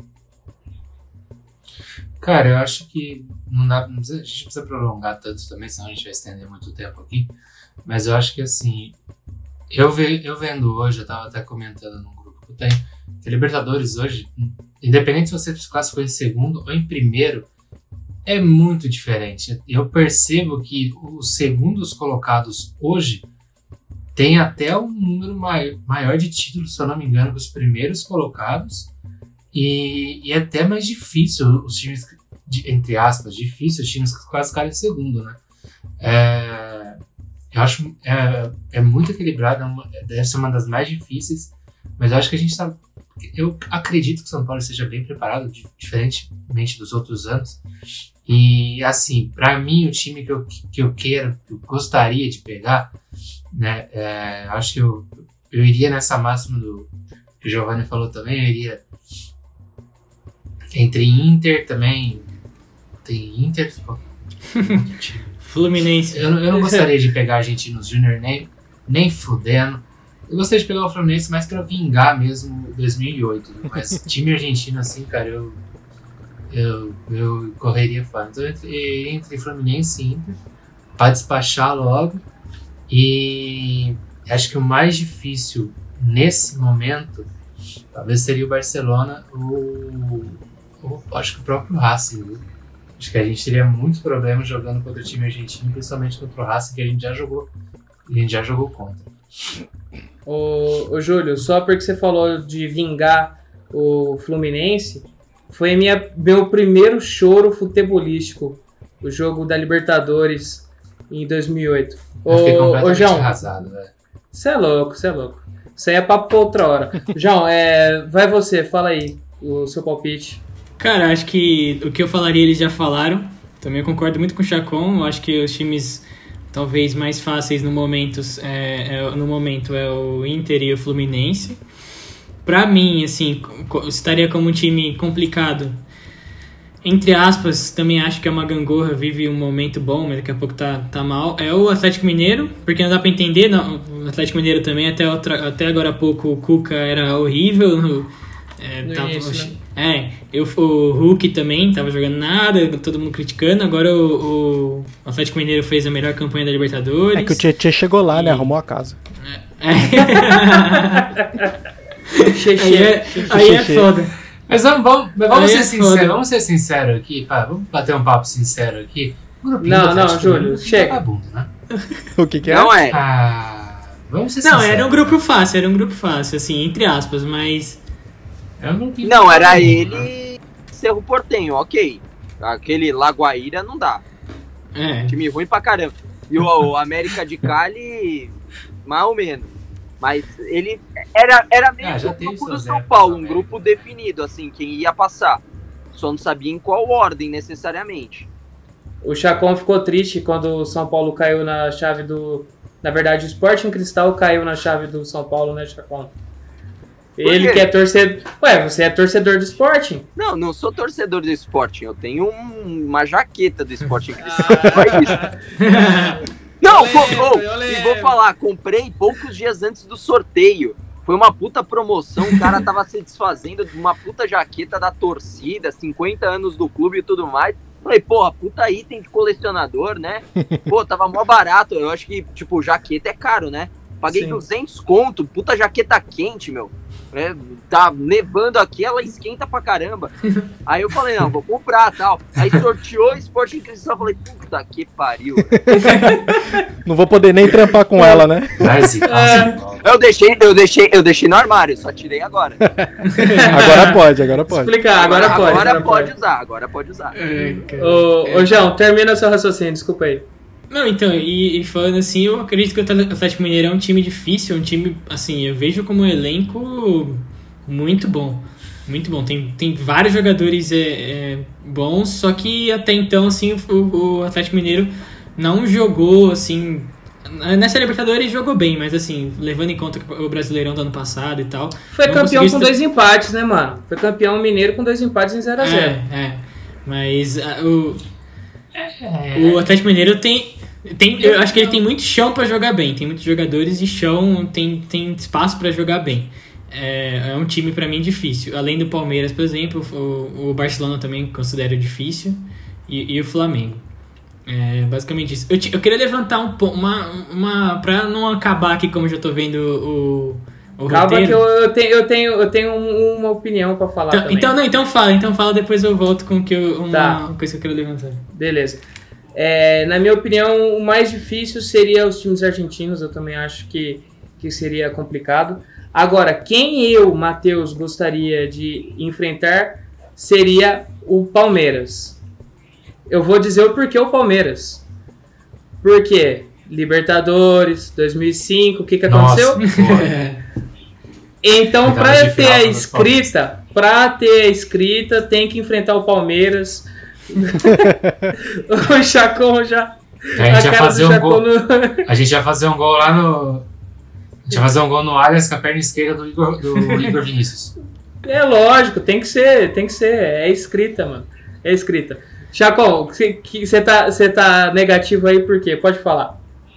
Speaker 5: Cara, eu acho que não dá, não precisa, a gente não precisa prolongar tanto também, senão a gente vai estender muito tempo aqui. Mas eu acho que assim, eu, ve, eu vendo hoje, eu tava até comentando no grupo que eu tenho, que a Libertadores hoje, independente se você se classificou em segundo ou em primeiro, é muito diferente. Eu percebo que os segundos colocados hoje tem até um número maior, maior de títulos, se eu não me engano, que os primeiros colocados. E, e é até mais difícil os times, de, entre aspas, difícil os times que classificarem em segundo, né? É, eu acho é, é muito equilibrado, é uma, deve ser uma das mais difíceis, mas eu acho que a gente tá... Eu acredito que o São Paulo seja bem preparado, diferentemente dos outros anos. E, assim, pra mim, o time que eu, que eu quero, que eu gostaria de pegar, né, é, acho que eu, eu iria nessa máxima do que o Giovanni falou também, eu iria entre Inter também, tem Inter,
Speaker 4: Fluminense.
Speaker 5: Eu, eu não gostaria de pegar Argentinos Júnior nem, nem fudendo. Eu gostaria de pegar o Fluminense mais pra vingar mesmo dois mil e oito, mas time argentino assim, cara, eu eu, eu correria fora. Então entre, entre Fluminense e Inter pra despachar logo. E acho que o mais difícil nesse momento talvez seria o Barcelona ou, ou acho que o próprio Racing, viu? Acho que a gente teria muitos problemas jogando contra o time argentino, principalmente contra o Racing, que a gente já jogou, a gente já jogou contra.
Speaker 2: Ô, ô Júlio, só porque você falou de vingar o Fluminense, foi minha, meu primeiro choro futebolístico, o jogo da Libertadores em dois mil e oito.
Speaker 5: Eu fiquei
Speaker 2: ô,
Speaker 5: completamente
Speaker 2: ô João,
Speaker 5: arrasado, velho.
Speaker 2: Você é louco, você é louco. Isso aí é papo pra outra hora. João, é, vai você, fala aí o seu palpite.
Speaker 4: Cara, acho que o que eu falaria eles já falaram. Também concordo muito com o Chacon. Eu acho que os times talvez mais fáceis no momento é, é, no momento é o Inter e o Fluminense. Pra mim, assim, estaria como um time complicado. Entre aspas, também acho que é uma gangorra, vive um momento bom, mas daqui a pouco tá, tá mal. É o Atlético Mineiro, porque não dá pra entender. Não, o Atlético Mineiro também, até, outra, até agora há pouco, o Cuca era horrível. É,
Speaker 2: No
Speaker 4: tava,
Speaker 2: início, né?
Speaker 4: é eu, o Hulk também tava jogando nada, todo mundo criticando. Agora o, o Atlético Mineiro fez a melhor campanha da Libertadores.
Speaker 3: É que o Tietchan chegou lá,
Speaker 4: e...
Speaker 3: né? Arrumou a casa.
Speaker 4: É. aí é, aí é foda.
Speaker 5: Mas vamos, vamos, mas vamos
Speaker 4: Aí
Speaker 5: ser
Speaker 4: é
Speaker 5: sinceros,
Speaker 4: foda.
Speaker 5: vamos ser sinceros aqui, pá, vamos bater um papo sincero aqui. O grupinho
Speaker 2: Não,
Speaker 5: do
Speaker 2: não,
Speaker 5: Atlético
Speaker 2: Júlio,
Speaker 5: Mineiro é
Speaker 2: chega.
Speaker 5: vagabundo, né?
Speaker 3: O que que é?
Speaker 6: Não é.
Speaker 5: Ah, Vamos ser
Speaker 4: Não,
Speaker 5: sinceros.
Speaker 4: era um grupo fácil, era um grupo fácil, assim, entre aspas, mas...
Speaker 5: É um grupinho
Speaker 6: Não,
Speaker 5: de-
Speaker 6: era ele Cerro Portenho, ok. Aquele Lagoaíra não dá.
Speaker 4: É,
Speaker 6: Time ruim pra caramba. E o, o América de Cali, mais ou menos. Mas ele era, era meio
Speaker 5: Ah, já
Speaker 6: que o
Speaker 5: teve
Speaker 6: grupo do
Speaker 5: suas
Speaker 6: São
Speaker 5: épocas,
Speaker 6: Paulo, um
Speaker 5: América.
Speaker 6: grupo definido, assim, quem ia passar. Só não sabia em qual ordem, necessariamente.
Speaker 2: O Chacon ficou triste quando o São Paulo caiu na chave do... Na verdade, o Sporting Cristal caiu na chave do São Paulo, né, Chacon? Ele
Speaker 6: quê?
Speaker 2: que é torcedor... Ué, você é torcedor do Sporting?
Speaker 6: Não, não sou torcedor do Sporting. Eu tenho um- uma jaqueta do Sporting
Speaker 2: Ah.
Speaker 6: Cristal. Só isso. Não,
Speaker 2: Eu
Speaker 6: co-
Speaker 2: lembro,
Speaker 6: oh,
Speaker 2: eu
Speaker 6: e vou
Speaker 2: lembro.
Speaker 6: falar, comprei poucos dias antes do sorteio. Foi uma puta promoção, o cara tava se desfazendo de uma puta jaqueta da torcida, cinquenta anos do clube e tudo mais. Falei, porra, puta item de colecionador, né? Pô, tava mó barato. Eu acho que, tipo, jaqueta é caro, né? Paguei
Speaker 2: Sim.
Speaker 6: duzentos conto, puta jaqueta quente, meu. É, tá nevando aqui, ela esquenta pra caramba. Aí eu falei, não, vou comprar, tal. Aí sorteou Sporting Cristal, eu falei, puta que pariu.
Speaker 3: Não vou poder nem trampar com ela, né?
Speaker 5: Vai zicar
Speaker 2: É.
Speaker 5: São Paulo.
Speaker 6: Eu deixei, eu deixei, eu deixei no armário, só tirei agora.
Speaker 3: Agora pode, agora pode.
Speaker 2: Explicar, agora, pode.
Speaker 6: Agora
Speaker 2: Agora
Speaker 6: pode usar, agora pode usar.
Speaker 4: é, cara.
Speaker 2: Ô,
Speaker 4: É.
Speaker 2: ô, João, termina seu raciocínio, desculpa aí.
Speaker 4: Não, então, e, e falando assim, eu acredito que o Atlético Mineiro é um time difícil, é um time, assim, eu vejo como um elenco muito bom. Muito bom. Tem, tem vários jogadores é, é, bons, só que até então, assim, o, o Atlético Mineiro não jogou, assim... Nessa Libertadores jogou bem, mas assim, levando em conta o Brasileirão do ano passado e tal...
Speaker 2: Foi
Speaker 4: não
Speaker 2: campeão
Speaker 4: conseguiu
Speaker 2: com
Speaker 4: estra-
Speaker 2: dois empates, né, mano? Foi campeão mineiro com dois empates em zero a zero.
Speaker 4: É, é. Mas ah, o,
Speaker 5: É.
Speaker 4: o Atlético Mineiro tem, tem... Eu acho que ele tem muito chão pra jogar bem. Tem muitos jogadores de chão, tem, tem espaço pra jogar bem. É, é um time pra mim difícil. Além do Palmeiras, por exemplo, o, o Barcelona também considero difícil. E, e o Flamengo. É basicamente isso. Eu, te- eu queria levantar um ponto, uma, uma, pra não acabar aqui como eu já tô vendo o, o
Speaker 2: Calma
Speaker 4: roteiro.
Speaker 2: que eu, eu tenho, eu tenho, eu tenho um- uma opinião pra falar
Speaker 4: Então,
Speaker 2: também.
Speaker 4: então, não, então fala, então fala, depois eu volto com que eu, uma
Speaker 2: Tá.
Speaker 4: coisa que eu quero levantar.
Speaker 2: Beleza. É, na minha opinião, o mais difícil seria os times argentinos. Eu também acho que, que seria complicado. Agora, quem eu, Matheus, gostaria de enfrentar seria o Palmeiras. Eu vou dizer o porquê o Palmeiras. Por quê? Libertadores, dois mil e cinco, o que, que
Speaker 5: Nossa,
Speaker 2: aconteceu?
Speaker 5: pô.
Speaker 2: Então,
Speaker 5: Oitavas
Speaker 2: para
Speaker 5: de
Speaker 2: ter
Speaker 5: final
Speaker 2: a
Speaker 5: contra o
Speaker 2: escrita, para ter a escrita, tem que enfrentar o Palmeiras. O Chacon já.
Speaker 5: A gente ia
Speaker 2: cara
Speaker 5: fazer
Speaker 2: do
Speaker 5: um
Speaker 2: Chacon
Speaker 5: gol.
Speaker 2: no-
Speaker 5: A gente ia fazer um gol lá no. A gente ia fazer um gol no Allianz com a perna esquerda do Igor, do Igor Vinícius.
Speaker 2: É lógico, tem que ser, tem que ser. É escrita, mano. É escrita. Chacon, você tá, você tá negativo aí por quê? Pode falar.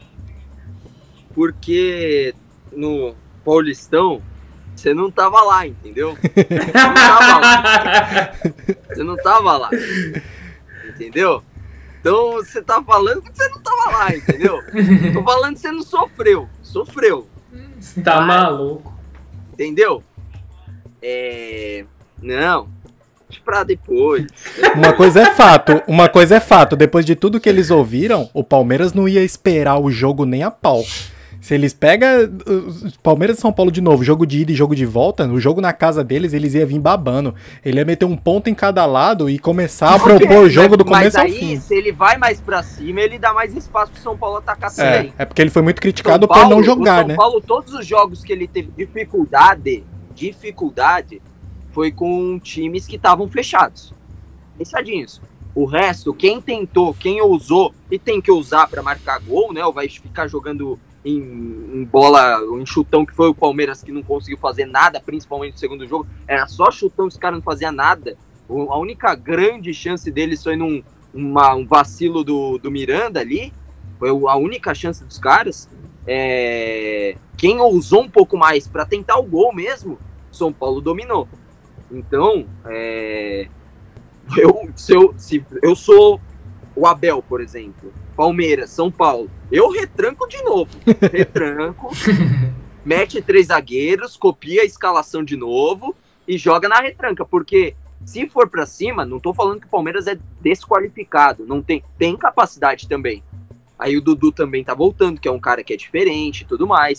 Speaker 6: Porque no Paulistão, você não tava lá, entendeu? Você não tava lá. Você não tava lá. Entendeu? Então você tá falando que você não tava lá, entendeu? Tô falando que você não sofreu. Sofreu.
Speaker 2: Tá
Speaker 6: Vai.
Speaker 2: maluco.
Speaker 6: Entendeu? É. Não. Deixa pra depois.
Speaker 3: Uma coisa é fato, uma coisa é fato. Depois de tudo que eles ouviram, o Palmeiras não ia esperar o jogo nem a pau. Se eles pegam uh, Palmeiras e São Paulo de novo, jogo de ida e jogo de volta, o jogo na casa deles, eles iam vir babando. Ele ia meter um ponto em cada lado e começar a propor o jogo do começo ao
Speaker 6: Mas aí,
Speaker 3: fim.
Speaker 6: se ele vai mais pra cima, ele dá mais espaço pro São Paulo atacar
Speaker 3: É,
Speaker 6: também.
Speaker 3: é porque ele foi muito
Speaker 6: São
Speaker 3: criticado por
Speaker 6: Paulo-
Speaker 3: não
Speaker 6: o
Speaker 3: jogar,
Speaker 6: São
Speaker 3: né?
Speaker 6: Paulo, todos os jogos que ele teve dificuldade, dificuldade, foi com times que estavam fechados. Fechadinhos. O resto, quem tentou, quem ousou, e tem que usar pra marcar gol, né? Ou vai ficar jogando em, em bola, em chutão, que foi o Palmeiras que não conseguiu fazer nada, principalmente no segundo jogo. Era só chutão, os caras não faziam nada. O- A única grande chance deles foi num uma- um vacilo do, do Miranda ali. Foi o- a única chance dos caras. É, quem ousou um pouco mais para tentar o gol mesmo, São Paulo dominou. Então, é, eu, se eu, se eu sou o Abel, por exemplo, Palmeiras, São Paulo, eu retranco de novo. Retranco, mete três zagueiros, copia a escalação de novo e joga na retranca, porque se for para cima, não tô falando que o Palmeiras é desqualificado, não tem, tem capacidade também. Aí o Dudu também tá voltando, que é um cara que é diferente e tudo mais.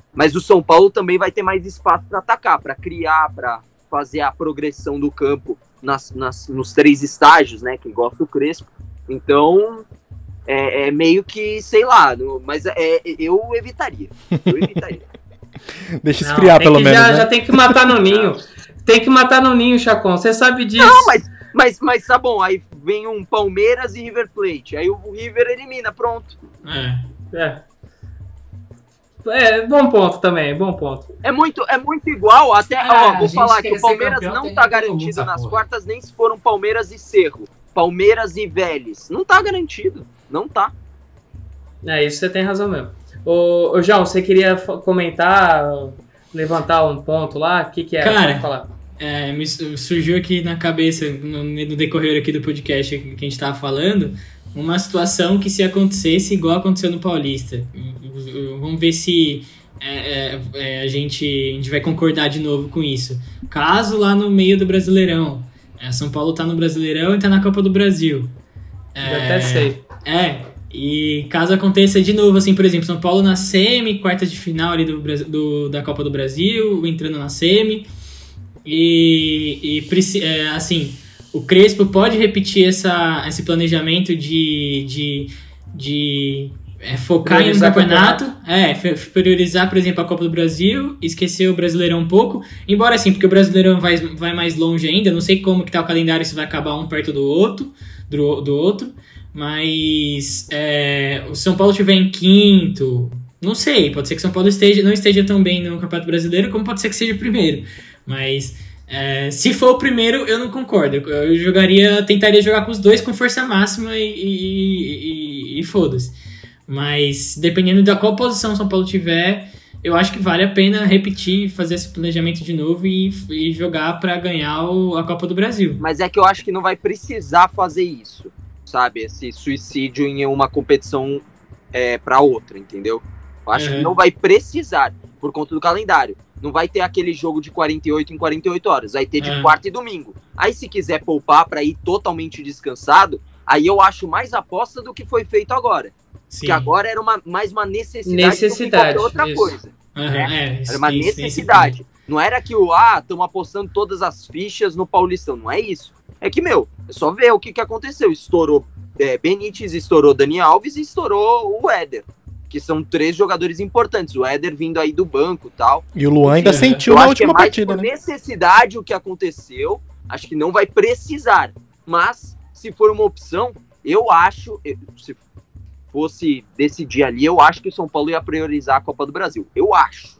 Speaker 6: Mas o São Paulo também vai ter mais espaço para atacar, para criar, para fazer a progressão do campo nas, nas, nos três estágios, né? Que gosta do Crespo. Então, é, é meio que, sei lá, no, mas é, eu evitaria. Eu evitaria.
Speaker 3: Deixa esfriar,
Speaker 2: não,
Speaker 3: pelo
Speaker 2: que,
Speaker 3: menos.
Speaker 2: Já,
Speaker 3: né?
Speaker 2: já tem que matar no ninho. Tem que matar no ninho, Chacon. Você sabe disso.
Speaker 6: Não, mas, mas, mas tá bom. Aí vem um Palmeiras e River Plate. Aí o River elimina, pronto.
Speaker 4: É.
Speaker 2: É. É, bom ponto também, bom ponto.
Speaker 6: É muito, é muito igual, até,
Speaker 5: Ah,
Speaker 6: ó,
Speaker 5: a
Speaker 6: vou
Speaker 5: gente
Speaker 6: falar
Speaker 5: quer
Speaker 6: que o
Speaker 5: ser
Speaker 6: Palmeiras
Speaker 5: campeão,
Speaker 6: não
Speaker 5: tem
Speaker 6: tá
Speaker 5: que ter
Speaker 6: garantido
Speaker 5: essa
Speaker 6: nas
Speaker 5: porra.
Speaker 6: quartas, nem se for um Palmeiras e Cerro. Palmeiras e Vélez. Não tá garantido, não tá.
Speaker 2: É, isso você tem razão mesmo. Ô, ô João, você queria f- comentar, levantar um ponto lá? O que que é?
Speaker 4: Cara,
Speaker 2: Pode falar.
Speaker 4: É, me su- surgiu aqui na cabeça, no, no decorrer aqui do podcast que a gente tava falando, uma situação que se acontecesse igual aconteceu no Paulista. Vamos ver se é, é, é, a, gente, a gente vai concordar de novo com isso. Caso lá no meio do Brasileirão, é, São Paulo tá no Brasileirão e tá na Copa do Brasil.
Speaker 2: Já até sei.
Speaker 4: É, e caso aconteça de novo, assim, por exemplo, São Paulo na semi, quartas de final ali do, Bras- do, da Copa do Brasil, entrando na semi, e, e preci- é, assim, o Crespo pode repetir essa, esse planejamento de, de, de é, focar em um
Speaker 2: Priorizar
Speaker 4: campeonato, é, fe- priorizar, por exemplo, a Copa do Brasil, esquecer o Brasileirão um pouco, embora assim, porque o Brasileirão vai, vai mais longe ainda, não sei como que tá o calendário, se vai acabar um perto do outro, do, do outro, mas é, o São Paulo estiver em quinto, não sei, pode ser que o São Paulo esteja, não esteja tão bem no Campeonato Brasileiro, como pode ser que seja o primeiro, mas é, se for o primeiro, eu não concordo, eu jogaria, tentaria jogar com os dois com força máxima e, e, e, e foda-se, mas dependendo da qual posição o São Paulo tiver, eu acho que vale a pena repetir, fazer esse planejamento de novo e, e jogar para ganhar o, a Copa do Brasil.
Speaker 6: Mas é que eu acho que não vai precisar fazer isso, sabe? Esse suicídio em uma competição é, para outra, entendeu? Eu acho
Speaker 4: Uhum.
Speaker 6: que não vai precisar, por conta do calendário. Não vai ter aquele jogo de quarenta e oito em quarenta e oito horas, vai ter de
Speaker 4: Uhum.
Speaker 6: quarta e domingo. Aí se quiser poupar para ir totalmente descansado, aí eu acho mais aposta do que foi feito agora.
Speaker 4: Sim.
Speaker 6: Que agora era uma, mais uma necessidade,
Speaker 2: Necessidade,
Speaker 6: do que qualquer outra
Speaker 2: isso.
Speaker 6: coisa.
Speaker 4: Uhum,
Speaker 6: né?
Speaker 4: é,
Speaker 6: Era uma
Speaker 4: tem- tem esse
Speaker 6: necessidade. Não era que o, ah, estamos apostando todas as fichas no Paulistão. Não é isso. É que, meu, é só ver o que, que aconteceu. Estourou é, Benítez, estourou Dani Alves e estourou o Éder. Que são três jogadores importantes. O Éder vindo aí do banco e tal.
Speaker 3: E o Luan ainda
Speaker 4: É.
Speaker 3: sentiu
Speaker 6: Eu
Speaker 3: na
Speaker 6: acho que é
Speaker 3: última
Speaker 6: mais
Speaker 3: partida,
Speaker 6: por
Speaker 3: né?
Speaker 6: necessidade o que aconteceu. Acho que não vai precisar. Mas, se for uma opção, eu acho... eu- Se fosse decidir ali, eu acho que o São Paulo ia priorizar a Copa do Brasil. Eu acho.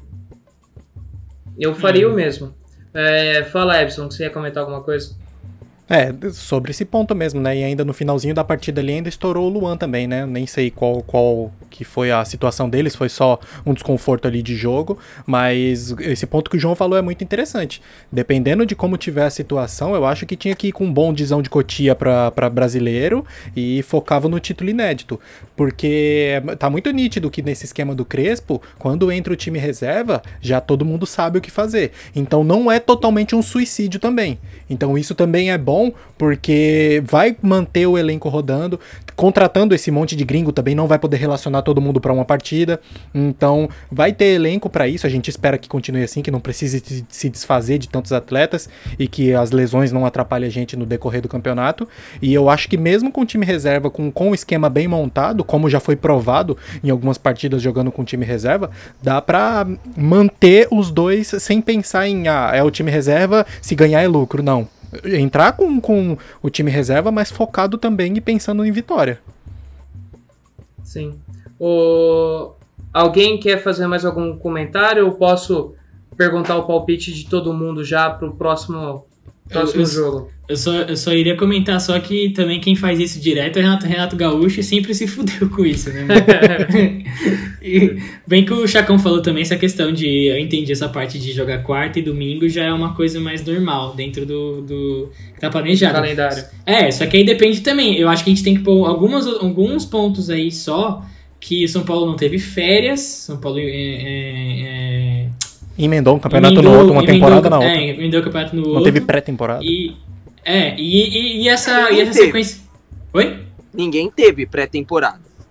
Speaker 2: Eu faria o mesmo. É, fala, Ebson, que você ia comentar alguma coisa?
Speaker 3: É, sobre esse ponto mesmo, né? E ainda no finalzinho da partida ali ainda estourou o Luan também, né? Nem sei qual, qual que foi a situação deles, foi só um desconforto ali de jogo, mas esse ponto que o João falou é muito interessante. Dependendo de como tiver a situação, eu acho que tinha que ir com um bondizão de Cotia pra, pra brasileiro e focava no título inédito, porque tá muito nítido que nesse esquema do Crespo, quando entra o time reserva, já todo mundo sabe o que fazer. Então não é totalmente um suicídio também. Então isso também é bom, porque vai manter o elenco rodando, contratando esse monte de gringo também não vai poder relacionar todo mundo para uma partida, então vai ter elenco para isso, a gente espera que continue assim, que não precise se desfazer de tantos atletas e que as lesões não atrapalhem a gente no decorrer do campeonato, e eu acho que mesmo com o time reserva, com, com um esquema bem montado, como já foi provado em algumas partidas jogando com o time reserva, dá para manter os dois sem pensar em, ah, é o time reserva, se ganhar é lucro, não. Entrar com, com o time reserva, mas focado também e pensando em vitória.
Speaker 2: Sim. O... Alguém quer fazer mais algum comentário? Eu posso perguntar o palpite de todo mundo já pro próximo, próximo
Speaker 4: eu,
Speaker 2: jogo.
Speaker 4: Eu só, eu só iria comentar só que também quem faz isso direto é o Renato, Renato Gaúcho e sempre se fudeu com isso, né? E, bem que o Chacão falou também essa questão de, eu entendi essa parte de jogar quarta e domingo já é uma coisa mais normal dentro do, do que tá planejado.
Speaker 2: Calendário.
Speaker 4: É, só que aí depende também, eu acho que a gente tem que pôr algumas, alguns pontos aí só, que o São Paulo não teve férias, São Paulo é, é, é,
Speaker 3: Emendou um campeonato
Speaker 4: emendou-
Speaker 3: no outro, uma
Speaker 4: emendou-
Speaker 3: temporada na outra.
Speaker 4: É, emendou o campeonato no
Speaker 3: Não
Speaker 4: outro.
Speaker 3: teve pré-temporada.
Speaker 4: E, é, e, e, e essa, e
Speaker 6: Ninguém
Speaker 4: essa
Speaker 6: teve.
Speaker 4: sequência... Oi?
Speaker 6: Ninguém teve pré-temporada.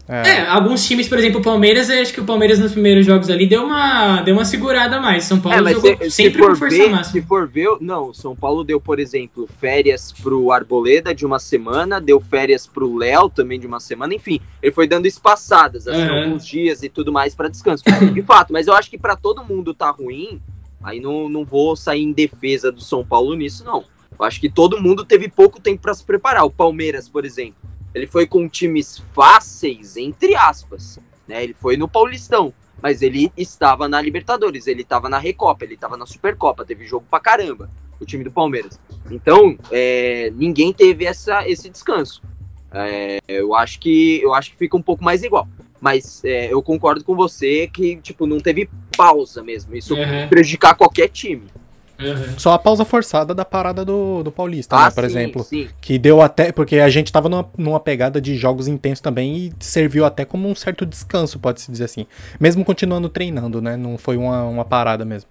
Speaker 4: É. é, alguns times, por exemplo, o Palmeiras, eu acho que o Palmeiras nos primeiros jogos ali deu uma, deu uma segurada a mais. São Paulo
Speaker 6: é,
Speaker 4: jogou
Speaker 6: se,
Speaker 4: sempre
Speaker 6: se
Speaker 4: com força
Speaker 6: ver,
Speaker 4: máxima.
Speaker 6: Se for ver, não, São Paulo deu, por exemplo, férias pro Arboleda de uma semana, deu férias pro Léo também de uma semana, enfim, ele foi dando espaçadas, assim, uhum. alguns dias e tudo mais para descanso. De fato, mas eu acho que para todo mundo tá ruim, aí não, não vou sair em defesa do São Paulo nisso, não. Eu acho que todo mundo teve pouco tempo para se preparar. O Palmeiras, por exemplo, ele foi com times fáceis, entre aspas, né? Ele foi no Paulistão, mas ele estava na Libertadores, ele estava na Recopa, ele estava na Supercopa, teve jogo pra caramba, o time do Palmeiras. Então, é, ninguém teve essa, esse descanso. É, eu, acho que, eu acho que fica um pouco mais igual. Mas é, eu concordo com você que tipo, não teve pausa mesmo. Isso uhum. prejudicar qualquer time.
Speaker 3: Uhum. Só a pausa forçada da parada do, do Paulista,
Speaker 6: ah,
Speaker 3: né, por
Speaker 6: sim,
Speaker 3: exemplo.
Speaker 6: Sim.
Speaker 3: Que deu até... Porque a gente tava numa, numa pegada de jogos intensos também e serviu até como um certo descanso, pode-se dizer assim. Mesmo continuando treinando, né? Não foi uma, uma parada mesmo.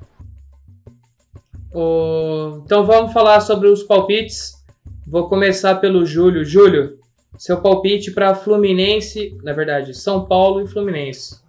Speaker 2: Oh, então vamos falar sobre os palpites. Vou começar pelo Júlio. Júlio, seu palpite para Fluminense... Na verdade, São Paulo e Fluminense.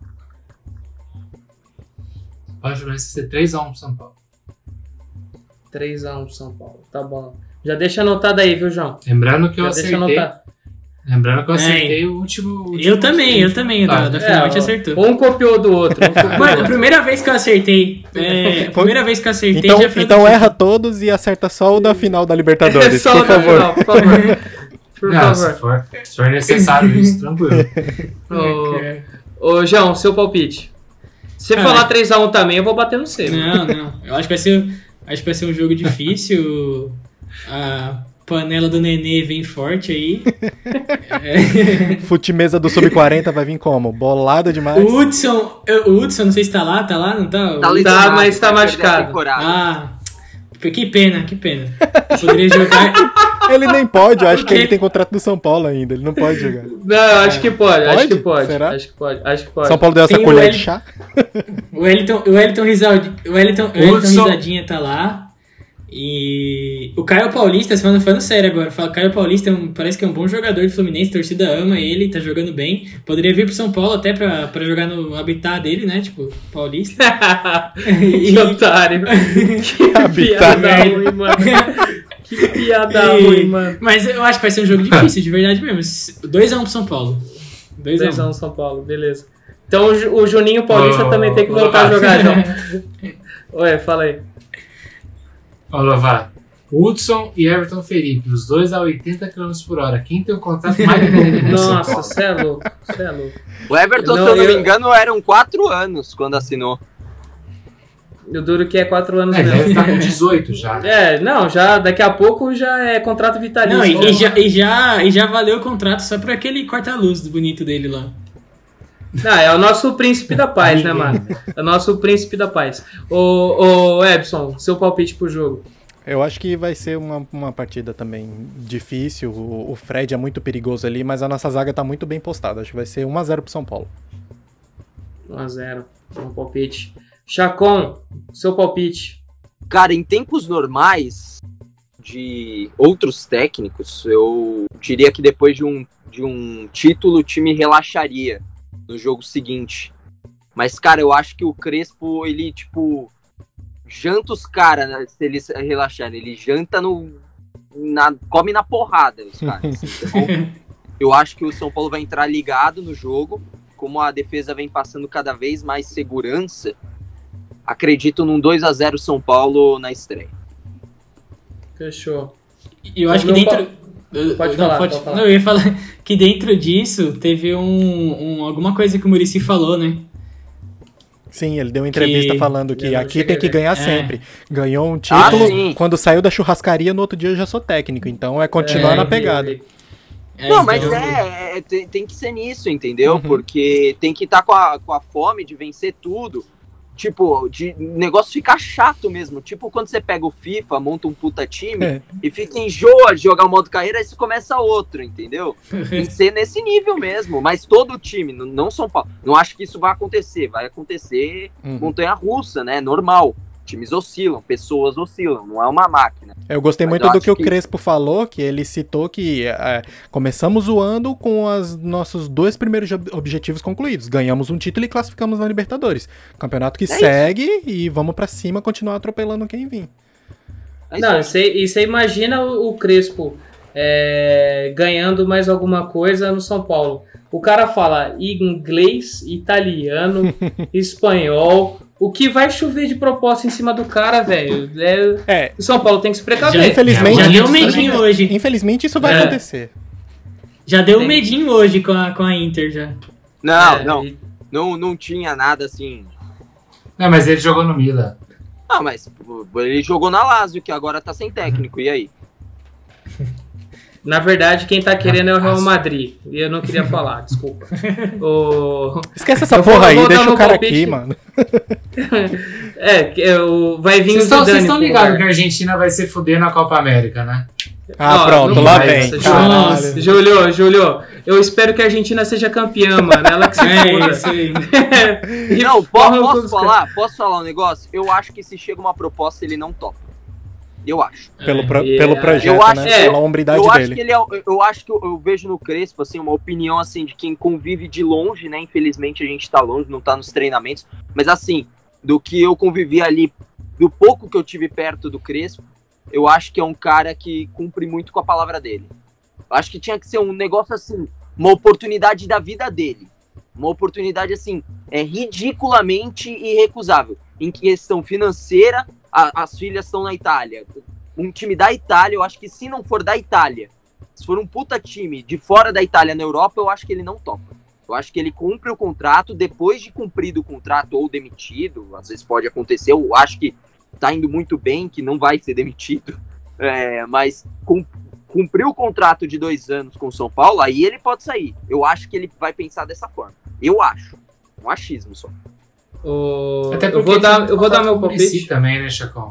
Speaker 5: Acho que vai ser três a um pro São Paulo.
Speaker 2: três a um São Paulo, tá bom. Já deixa anotado aí, viu, João?
Speaker 5: Lembrando que eu
Speaker 2: Já
Speaker 5: acertei. Lembrando que eu acertei é. o último, último.
Speaker 4: Eu também, eu também. Tá. Da, da final a gente acertou.
Speaker 2: Um copiou do outro. Um copiou
Speaker 4: Mano, a primeira vez que eu acertei. É, a primeira vez que eu acertei.
Speaker 3: Então,
Speaker 4: já foi
Speaker 3: então erra todos e acerta só o da final da Libertadores,
Speaker 2: só
Speaker 3: por favor.
Speaker 2: Final, por favor. Por
Speaker 5: Não,
Speaker 2: favor.
Speaker 5: Se, for, se for necessário isso, tranquilo.
Speaker 2: Ô, ô, João, seu palpite. Se você
Speaker 4: Cara,
Speaker 2: falar três a um também, eu vou bater no C.
Speaker 4: Não, não. Eu acho que vai ser. Acho que vai ser um jogo difícil. A panela do Nenê vem forte aí.
Speaker 3: É. Futimesa do sub quarenta vai vir como? Bolada demais.
Speaker 4: O Hudson, o Hudson, não sei se tá lá, tá lá, não tá?
Speaker 2: Tá, tá mas tá machucado.
Speaker 4: Ah, que pena, que pena. Eu poderia jogar.
Speaker 3: Ele nem pode, eu acho que ele tem contrato do São Paulo ainda, ele não pode jogar.
Speaker 2: Não, eu acho que pode,
Speaker 3: pode?
Speaker 2: acho que pode.
Speaker 3: Será?
Speaker 2: Acho que pode, acho que pode.
Speaker 3: São Paulo deu essa
Speaker 4: tem
Speaker 3: colher
Speaker 4: L...
Speaker 3: de chá?
Speaker 4: O Wellington, o Wellington, Risaldinha, o Wellington, o Wellington Risadinha tá lá. E o Caio Paulista, falando, falando sério agora, fala, Caio Paulista é um, parece que é um bom jogador de Fluminense, a torcida ama ele, tá jogando bem. Poderia vir pro São Paulo até pra, pra jogar no habitat dele, né? Tipo, Paulista.
Speaker 2: Que e... otário. Que piada ruim, mano. Que piada
Speaker 4: e...
Speaker 2: ruim, mano.
Speaker 4: Mas eu acho que vai ser um jogo difícil, de verdade mesmo. dois a um pro São Paulo. dois a um
Speaker 2: São Paulo, beleza. Então o Juninho Paulista oh, também tem que voltar oh, a jogar, João. Oi, fala aí.
Speaker 5: Ó, Lovar. Hudson e Everton Felipe, os dois a oitenta quilômetros por hora. Quem tem o contrato mais longo?
Speaker 2: Nossa, você é louco, você é louco.
Speaker 6: O Everton, não, se eu não eu... me engano, eram quatro anos quando assinou.
Speaker 2: Eu duro que é quatro anos
Speaker 5: é,
Speaker 2: mesmo.
Speaker 5: Deve estar com dezoito já.
Speaker 2: É, não, já, daqui a pouco já é contrato vitalício.
Speaker 4: Não, e, e, já, e, já, e já valeu o contrato só pra aquele corta-luz bonito dele lá.
Speaker 2: Não, é o nosso príncipe da paz, né, mano? É o nosso príncipe da paz. Ô, ô Ebson, seu palpite pro jogo.
Speaker 3: Eu acho que vai ser uma, uma partida também difícil. O, o Fred é muito perigoso ali, mas a nossa zaga tá muito bem postada. Acho que vai ser um a zero pro São Paulo.
Speaker 2: um a zero, um palpite. Chacon, seu palpite.
Speaker 6: Cara, em tempos normais de outros técnicos, eu diria que depois de um, de um título o time relaxaria no jogo seguinte. Mas, cara, eu acho que o Crespo, ele, tipo, janta os caras, né, se eles relaxarem. Ele janta no... Na, come na porrada, os caras. Então, eu acho que o São Paulo vai entrar ligado no jogo. Como a defesa vem passando cada vez mais segurança, acredito num dois a zero São Paulo na estreia.
Speaker 2: Fechou.
Speaker 4: Eu acho que dentro... Pa...
Speaker 2: Pode,
Speaker 4: não,
Speaker 2: falar,
Speaker 4: pode,
Speaker 2: pode falar.
Speaker 4: Não, eu ia falar que dentro disso teve um, um, alguma coisa que o Muricy falou, né?
Speaker 3: Sim, ele deu uma entrevista que... falando que aqui tem que ganhar é. sempre. Ganhou um título,
Speaker 6: ah,
Speaker 3: quando saiu da churrascaria, no outro dia eu já sou técnico. Então é continuar é, na pegada.
Speaker 6: É, não, mas é, é tem, tem que ser nisso, entendeu? Uhum. Porque tem que estar tá com, a, com a fome de vencer tudo. Tipo, de negócio ficar chato mesmo. Tipo, quando você pega o FIFA, monta um puta time é. e fica enjoa de jogar o modo carreira, aí você começa outro, entendeu? Tem que ser nesse nível mesmo. Mas todo o time, não São Paulo. Não acho que isso vai acontecer. Vai acontecer uhum. montanha-russa, né? Normal. Times oscilam, pessoas oscilam, não é uma máquina.
Speaker 3: Eu gostei
Speaker 6: Mas
Speaker 3: muito
Speaker 6: eu
Speaker 3: do
Speaker 6: acho
Speaker 3: que o
Speaker 6: que-
Speaker 3: Crespo falou, que ele citou que é, começamos zoando com os nossos dois primeiros ob- objetivos concluídos. Ganhamos um título e classificamos na Libertadores. Campeonato que
Speaker 6: isso.
Speaker 3: segue e vamos pra cima continuar atropelando quem vir.
Speaker 6: É isso
Speaker 2: Não,
Speaker 6: aí.
Speaker 2: e você, e você imagina o, o Crespo é, ganhando mais alguma coisa no São Paulo. O cara fala inglês, italiano, espanhol. O que vai chover de proposta em cima do cara, velho? É,
Speaker 3: É,
Speaker 2: o São Paulo tem que se
Speaker 4: Já,
Speaker 2: precaver.
Speaker 3: infelizmente,
Speaker 4: já
Speaker 5: É,
Speaker 4: deu um
Speaker 5: também-
Speaker 4: medinho hoje.
Speaker 3: infelizmente isso vai
Speaker 2: É.
Speaker 3: acontecer.
Speaker 4: Já deu um
Speaker 2: Tem-
Speaker 4: medinho hoje com a, com a Inter já.
Speaker 6: Não,
Speaker 2: É,
Speaker 6: não,
Speaker 2: e-
Speaker 6: não, não tinha nada assim.
Speaker 5: Não, mas ele jogou no Milan.
Speaker 6: Ah, mas pô, ele jogou na Lazio, que agora tá sem técnico, e aí?
Speaker 2: Na verdade, quem tá querendo é o Real Madrid. E eu não queria falar, desculpa. O...
Speaker 3: Esquece essa
Speaker 2: Eu vou-
Speaker 3: porra
Speaker 2: eu vou
Speaker 3: aí,
Speaker 2: dar
Speaker 3: deixa
Speaker 2: meu
Speaker 3: o cara
Speaker 2: palpite.
Speaker 3: aqui, mano.
Speaker 2: É, que é o... vai vir
Speaker 5: Vocês
Speaker 2: o
Speaker 5: estão,
Speaker 2: Zidane.
Speaker 5: vocês estão
Speaker 2: pro
Speaker 5: ligados que
Speaker 2: lugar.
Speaker 5: a Argentina vai se fuder na Copa América, né?
Speaker 3: Ah,
Speaker 2: Ó,
Speaker 3: pronto,
Speaker 2: não
Speaker 3: lá
Speaker 2: vai,
Speaker 3: vem.
Speaker 2: essa-
Speaker 3: Caralho.
Speaker 2: Júlio, Júlio, eu espero que a Argentina seja campeã, mano. Ela que se
Speaker 4: É
Speaker 2: foda.
Speaker 4: isso aí.
Speaker 2: E
Speaker 6: Não, po-
Speaker 2: porra,
Speaker 6: posso
Speaker 2: os-
Speaker 6: falar? Posso falar um negócio? Eu acho que se chega uma proposta, ele não topa. Eu acho.
Speaker 3: Pelo, pro-
Speaker 2: É,
Speaker 3: pelo projeto,
Speaker 6: eu acho-
Speaker 3: né?
Speaker 2: é,
Speaker 3: Pela hombridade
Speaker 6: Eu acho
Speaker 3: dele.
Speaker 6: que ele é, eu acho que eu, eu vejo no Crespo assim uma opinião assim de quem convive de longe, né? Infelizmente a gente tá longe, não tá nos treinamentos, mas assim, do que eu convivi ali, do pouco que eu tive perto do Crespo, eu acho que é um cara que cumpre muito com a palavra dele. Eu acho que tinha que ser um negócio assim, uma oportunidade da vida dele. Uma oportunidade assim, é ridiculamente irrecusável. Em questão financeira, a- as filhas estão na Itália. Um time da Itália, eu acho que se não for da Itália, se for um puta time de fora da Itália na Europa, eu acho que ele não topa. Eu acho que ele cumpre o contrato, depois de cumprido o contrato ou demitido, às vezes pode acontecer, eu acho que tá indo muito bem, que não vai ser demitido, é, mas cum- cumpriu o contrato de dois anos com o São Paulo, aí ele pode sair. Eu acho que ele vai pensar dessa forma. Eu acho. Um achismo só.
Speaker 2: O...
Speaker 5: Até
Speaker 2: Eu
Speaker 5: porque
Speaker 2: vou dar,
Speaker 5: tinha
Speaker 2: eu vou dar
Speaker 5: contato
Speaker 2: meu
Speaker 5: com o Muricy
Speaker 2: palpite.
Speaker 5: também, né, Chacão?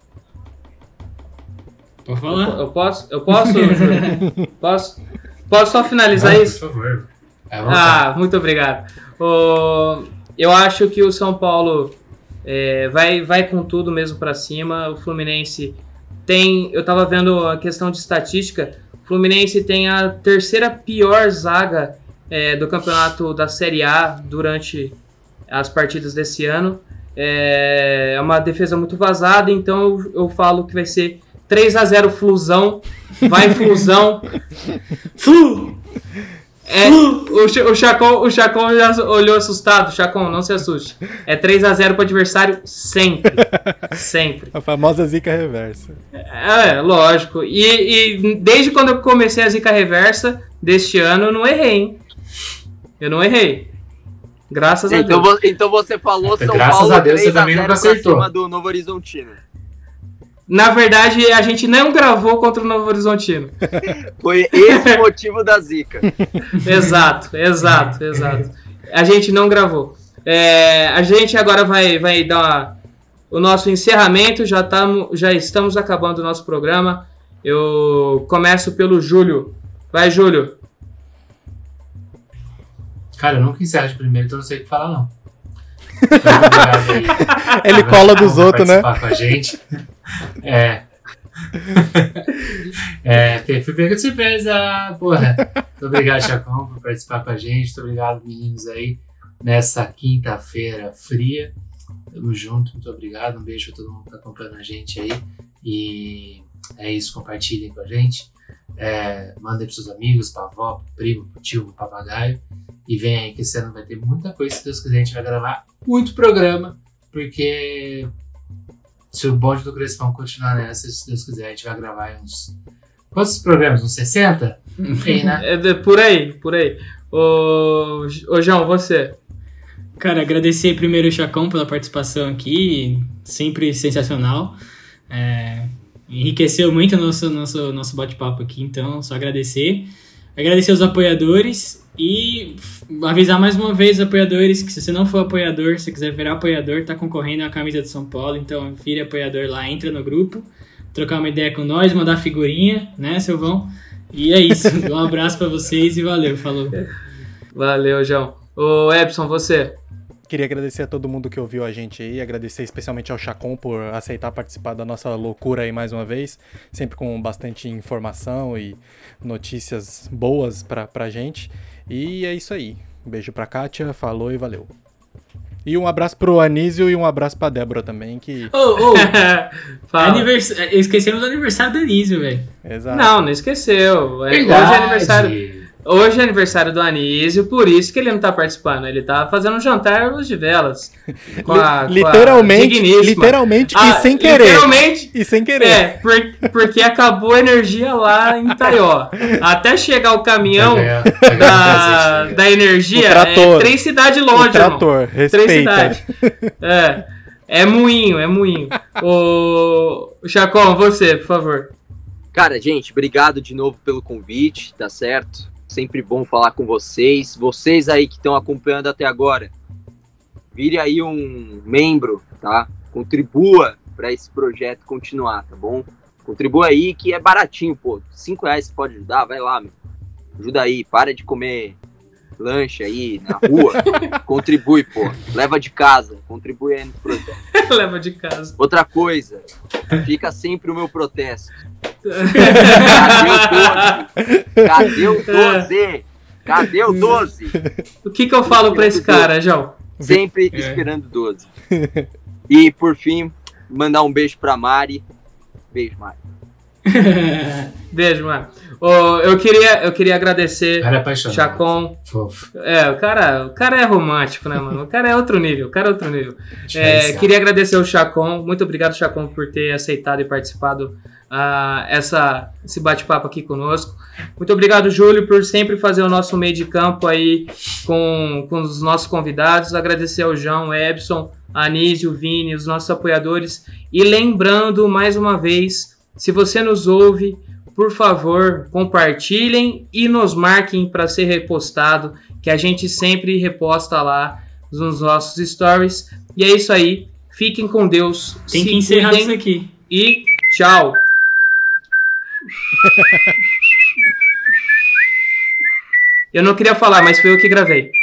Speaker 4: Pode
Speaker 2: Eu,
Speaker 4: falar?
Speaker 2: eu posso? Eu posso, Júlio? Posso? Posso só finalizar
Speaker 5: Não,
Speaker 2: isso?
Speaker 5: Por favor. É à vontade.
Speaker 2: Ah, muito obrigado. O... Eu acho que o São Paulo é, vai, vai com tudo mesmo pra cima. O Fluminense tem... Eu tava vendo a questão de estatística. O Fluminense tem a terceira pior zaga é, do campeonato da Série A durante as partidas desse ano. É uma defesa muito vazada, então eu, eu falo que vai ser três a zero Flusão. Vai Flusão.
Speaker 4: Flu!
Speaker 2: É, o, Ch- o, Chacon, o Chacon já olhou assustado. Chacon, não se assuste. É três a zero pro adversário sempre. Sempre.
Speaker 3: A famosa zica reversa.
Speaker 2: É, lógico. E, e desde quando eu comecei a zica reversa deste ano, eu não errei, hein? Eu não errei. Graças a
Speaker 6: Então,
Speaker 2: Deus.
Speaker 6: vo- então você falou
Speaker 5: É,
Speaker 6: São
Speaker 5: graças
Speaker 6: Paulo
Speaker 5: a Deus você
Speaker 6: três a
Speaker 5: também
Speaker 6: zero
Speaker 5: nunca
Speaker 6: pra
Speaker 5: acertou.
Speaker 6: cima do Novo Horizontino.
Speaker 2: Na verdade, a gente não gravou contra o Novo Horizontino.
Speaker 6: Foi esse o motivo da zica.
Speaker 2: Exato, exato, exato. A gente não gravou. É, a gente agora vai, vai dar uma- o nosso encerramento. Já, tamo, já estamos acabando o nosso programa. Eu começo pelo Júlio. Vai, Júlio.
Speaker 5: Cara, eu nunca encerro de primeiro, então não sei o que falar, não. Muito obrigado aí.
Speaker 3: Ele cola dos
Speaker 5: Por
Speaker 3: outros, né?
Speaker 5: participar com a gente. É. É, Fê, fui pego de surpresa, porra. Muito obrigado, Chacão, por participar com a gente. Muito obrigado, meninos, aí, nessa quinta-feira fria. Tamo junto, muito obrigado. Um beijo pra todo mundo que tá acompanhando a gente aí. E é isso, compartilhem com a gente. É, mandem pros seus amigos, pra avó, pro primo, pro tio, pro papagaio. E vem aí que esse ano vai ter muita coisa. Se Deus quiser, a gente vai gravar muito programa. Porque se o bonde do Crespão continuar nessa, se Deus quiser, a gente vai gravar aí uns... Quantos programas? Uns sessenta? Enfim, né?
Speaker 2: É de- por aí, por aí. Ô, ô João, você.
Speaker 4: Cara, agradecer primeiro o Chacão pela participação aqui, sempre sensacional. É, enriqueceu muito o nosso, nosso, nosso bate-papo aqui, então só agradecer. Agradecer os apoiadores e f- avisar mais uma vez os apoiadores que se você não for apoiador, se quiser virar apoiador, tá concorrendo a camisa de São Paulo, então vire apoiador lá, entra no grupo, trocar uma ideia com nós, mandar figurinha, né, Silvão? E é isso, um abraço pra vocês e valeu, falou.
Speaker 2: Valeu, João. Ô, Epson, você.
Speaker 3: queria agradecer a todo mundo que ouviu a gente aí, agradecer especialmente ao Chacon por aceitar participar da nossa loucura aí mais uma vez, sempre com bastante informação e notícias boas pra, pra gente. E é isso aí. Um beijo pra Kátia, falou e valeu. E um abraço pro Anísio e um abraço pra Débora também, que...
Speaker 4: Ô, ô, anivers... esquecemos do aniversário do Anísio, velho.
Speaker 3: Exato.
Speaker 2: Não, não esqueceu. Hoje
Speaker 5: Verdade.
Speaker 2: é aniversário... Hoje é aniversário do Anísio, por isso que ele não tá participando. Ele tá fazendo um jantar à luz de velas. Com a,
Speaker 3: literalmente,
Speaker 2: com a
Speaker 3: literalmente
Speaker 2: ah,
Speaker 3: e sem querer.
Speaker 2: Literalmente.
Speaker 3: E sem querer.
Speaker 2: É, por, porque acabou a energia lá em Taió. Até chegar o caminhão
Speaker 5: Vai ganhar- vai ganhar
Speaker 2: da, da energia,
Speaker 3: O trator.
Speaker 2: é três cidades longe,
Speaker 3: O trator,
Speaker 2: irmão. Três
Speaker 3: respeita.
Speaker 2: cidades. É, é moinho, é moinho. Ô, Chacon, você, por favor.
Speaker 6: Cara, gente, obrigado de novo pelo convite, tá certo? Sempre bom falar com vocês. Vocês aí que estão acompanhando até agora, vire aí um membro, tá? Contribua para esse projeto continuar, tá bom? Contribua aí que é baratinho, pô. Cinco reais você pode ajudar, vai lá, meu. Ajuda aí, para de comer lanche aí na rua. Contribui, pô. Leva de casa, contribui aí no projeto.
Speaker 2: Leva de casa.
Speaker 6: Outra coisa, fica sempre o meu protesto. Cadê o doze? Cadê o doze? Cadê o doze?
Speaker 2: O que que eu falo pra esse cara, João?
Speaker 6: Sempre
Speaker 4: É.
Speaker 6: esperando doze. E por fim, mandar um beijo pra Mari. Beijo, Mari.
Speaker 2: Beijo, mano. Ô, eu, queria, eu queria agradecer
Speaker 5: Cara, é apaixonado.
Speaker 2: Chacon.
Speaker 5: Fofo.
Speaker 2: É, o cara, o cara é romântico, né, mano? O cara é outro nível, o cara é outro nível. É,
Speaker 5: Diferenciado.
Speaker 2: queria agradecer o Chacon. Muito obrigado, Chacon, por ter aceitado e participado uh, essa, esse bate-papo aqui conosco. Muito obrigado, Júlio, por sempre fazer o nosso meio de campo aí com, com os nossos convidados. Agradecer ao João, Ebson, Anísio, Vini, os nossos apoiadores. E lembrando, mais uma vez, se você nos ouve, por favor, compartilhem e nos marquem para ser repostado, que a gente sempre reposta lá nos nossos stories. E é isso aí. Fiquem com Deus.
Speaker 4: Tem
Speaker 2: se
Speaker 4: que encerrar
Speaker 2: cuidem
Speaker 4: isso aqui.
Speaker 2: E tchau. Eu não queria falar, mas foi eu que gravei.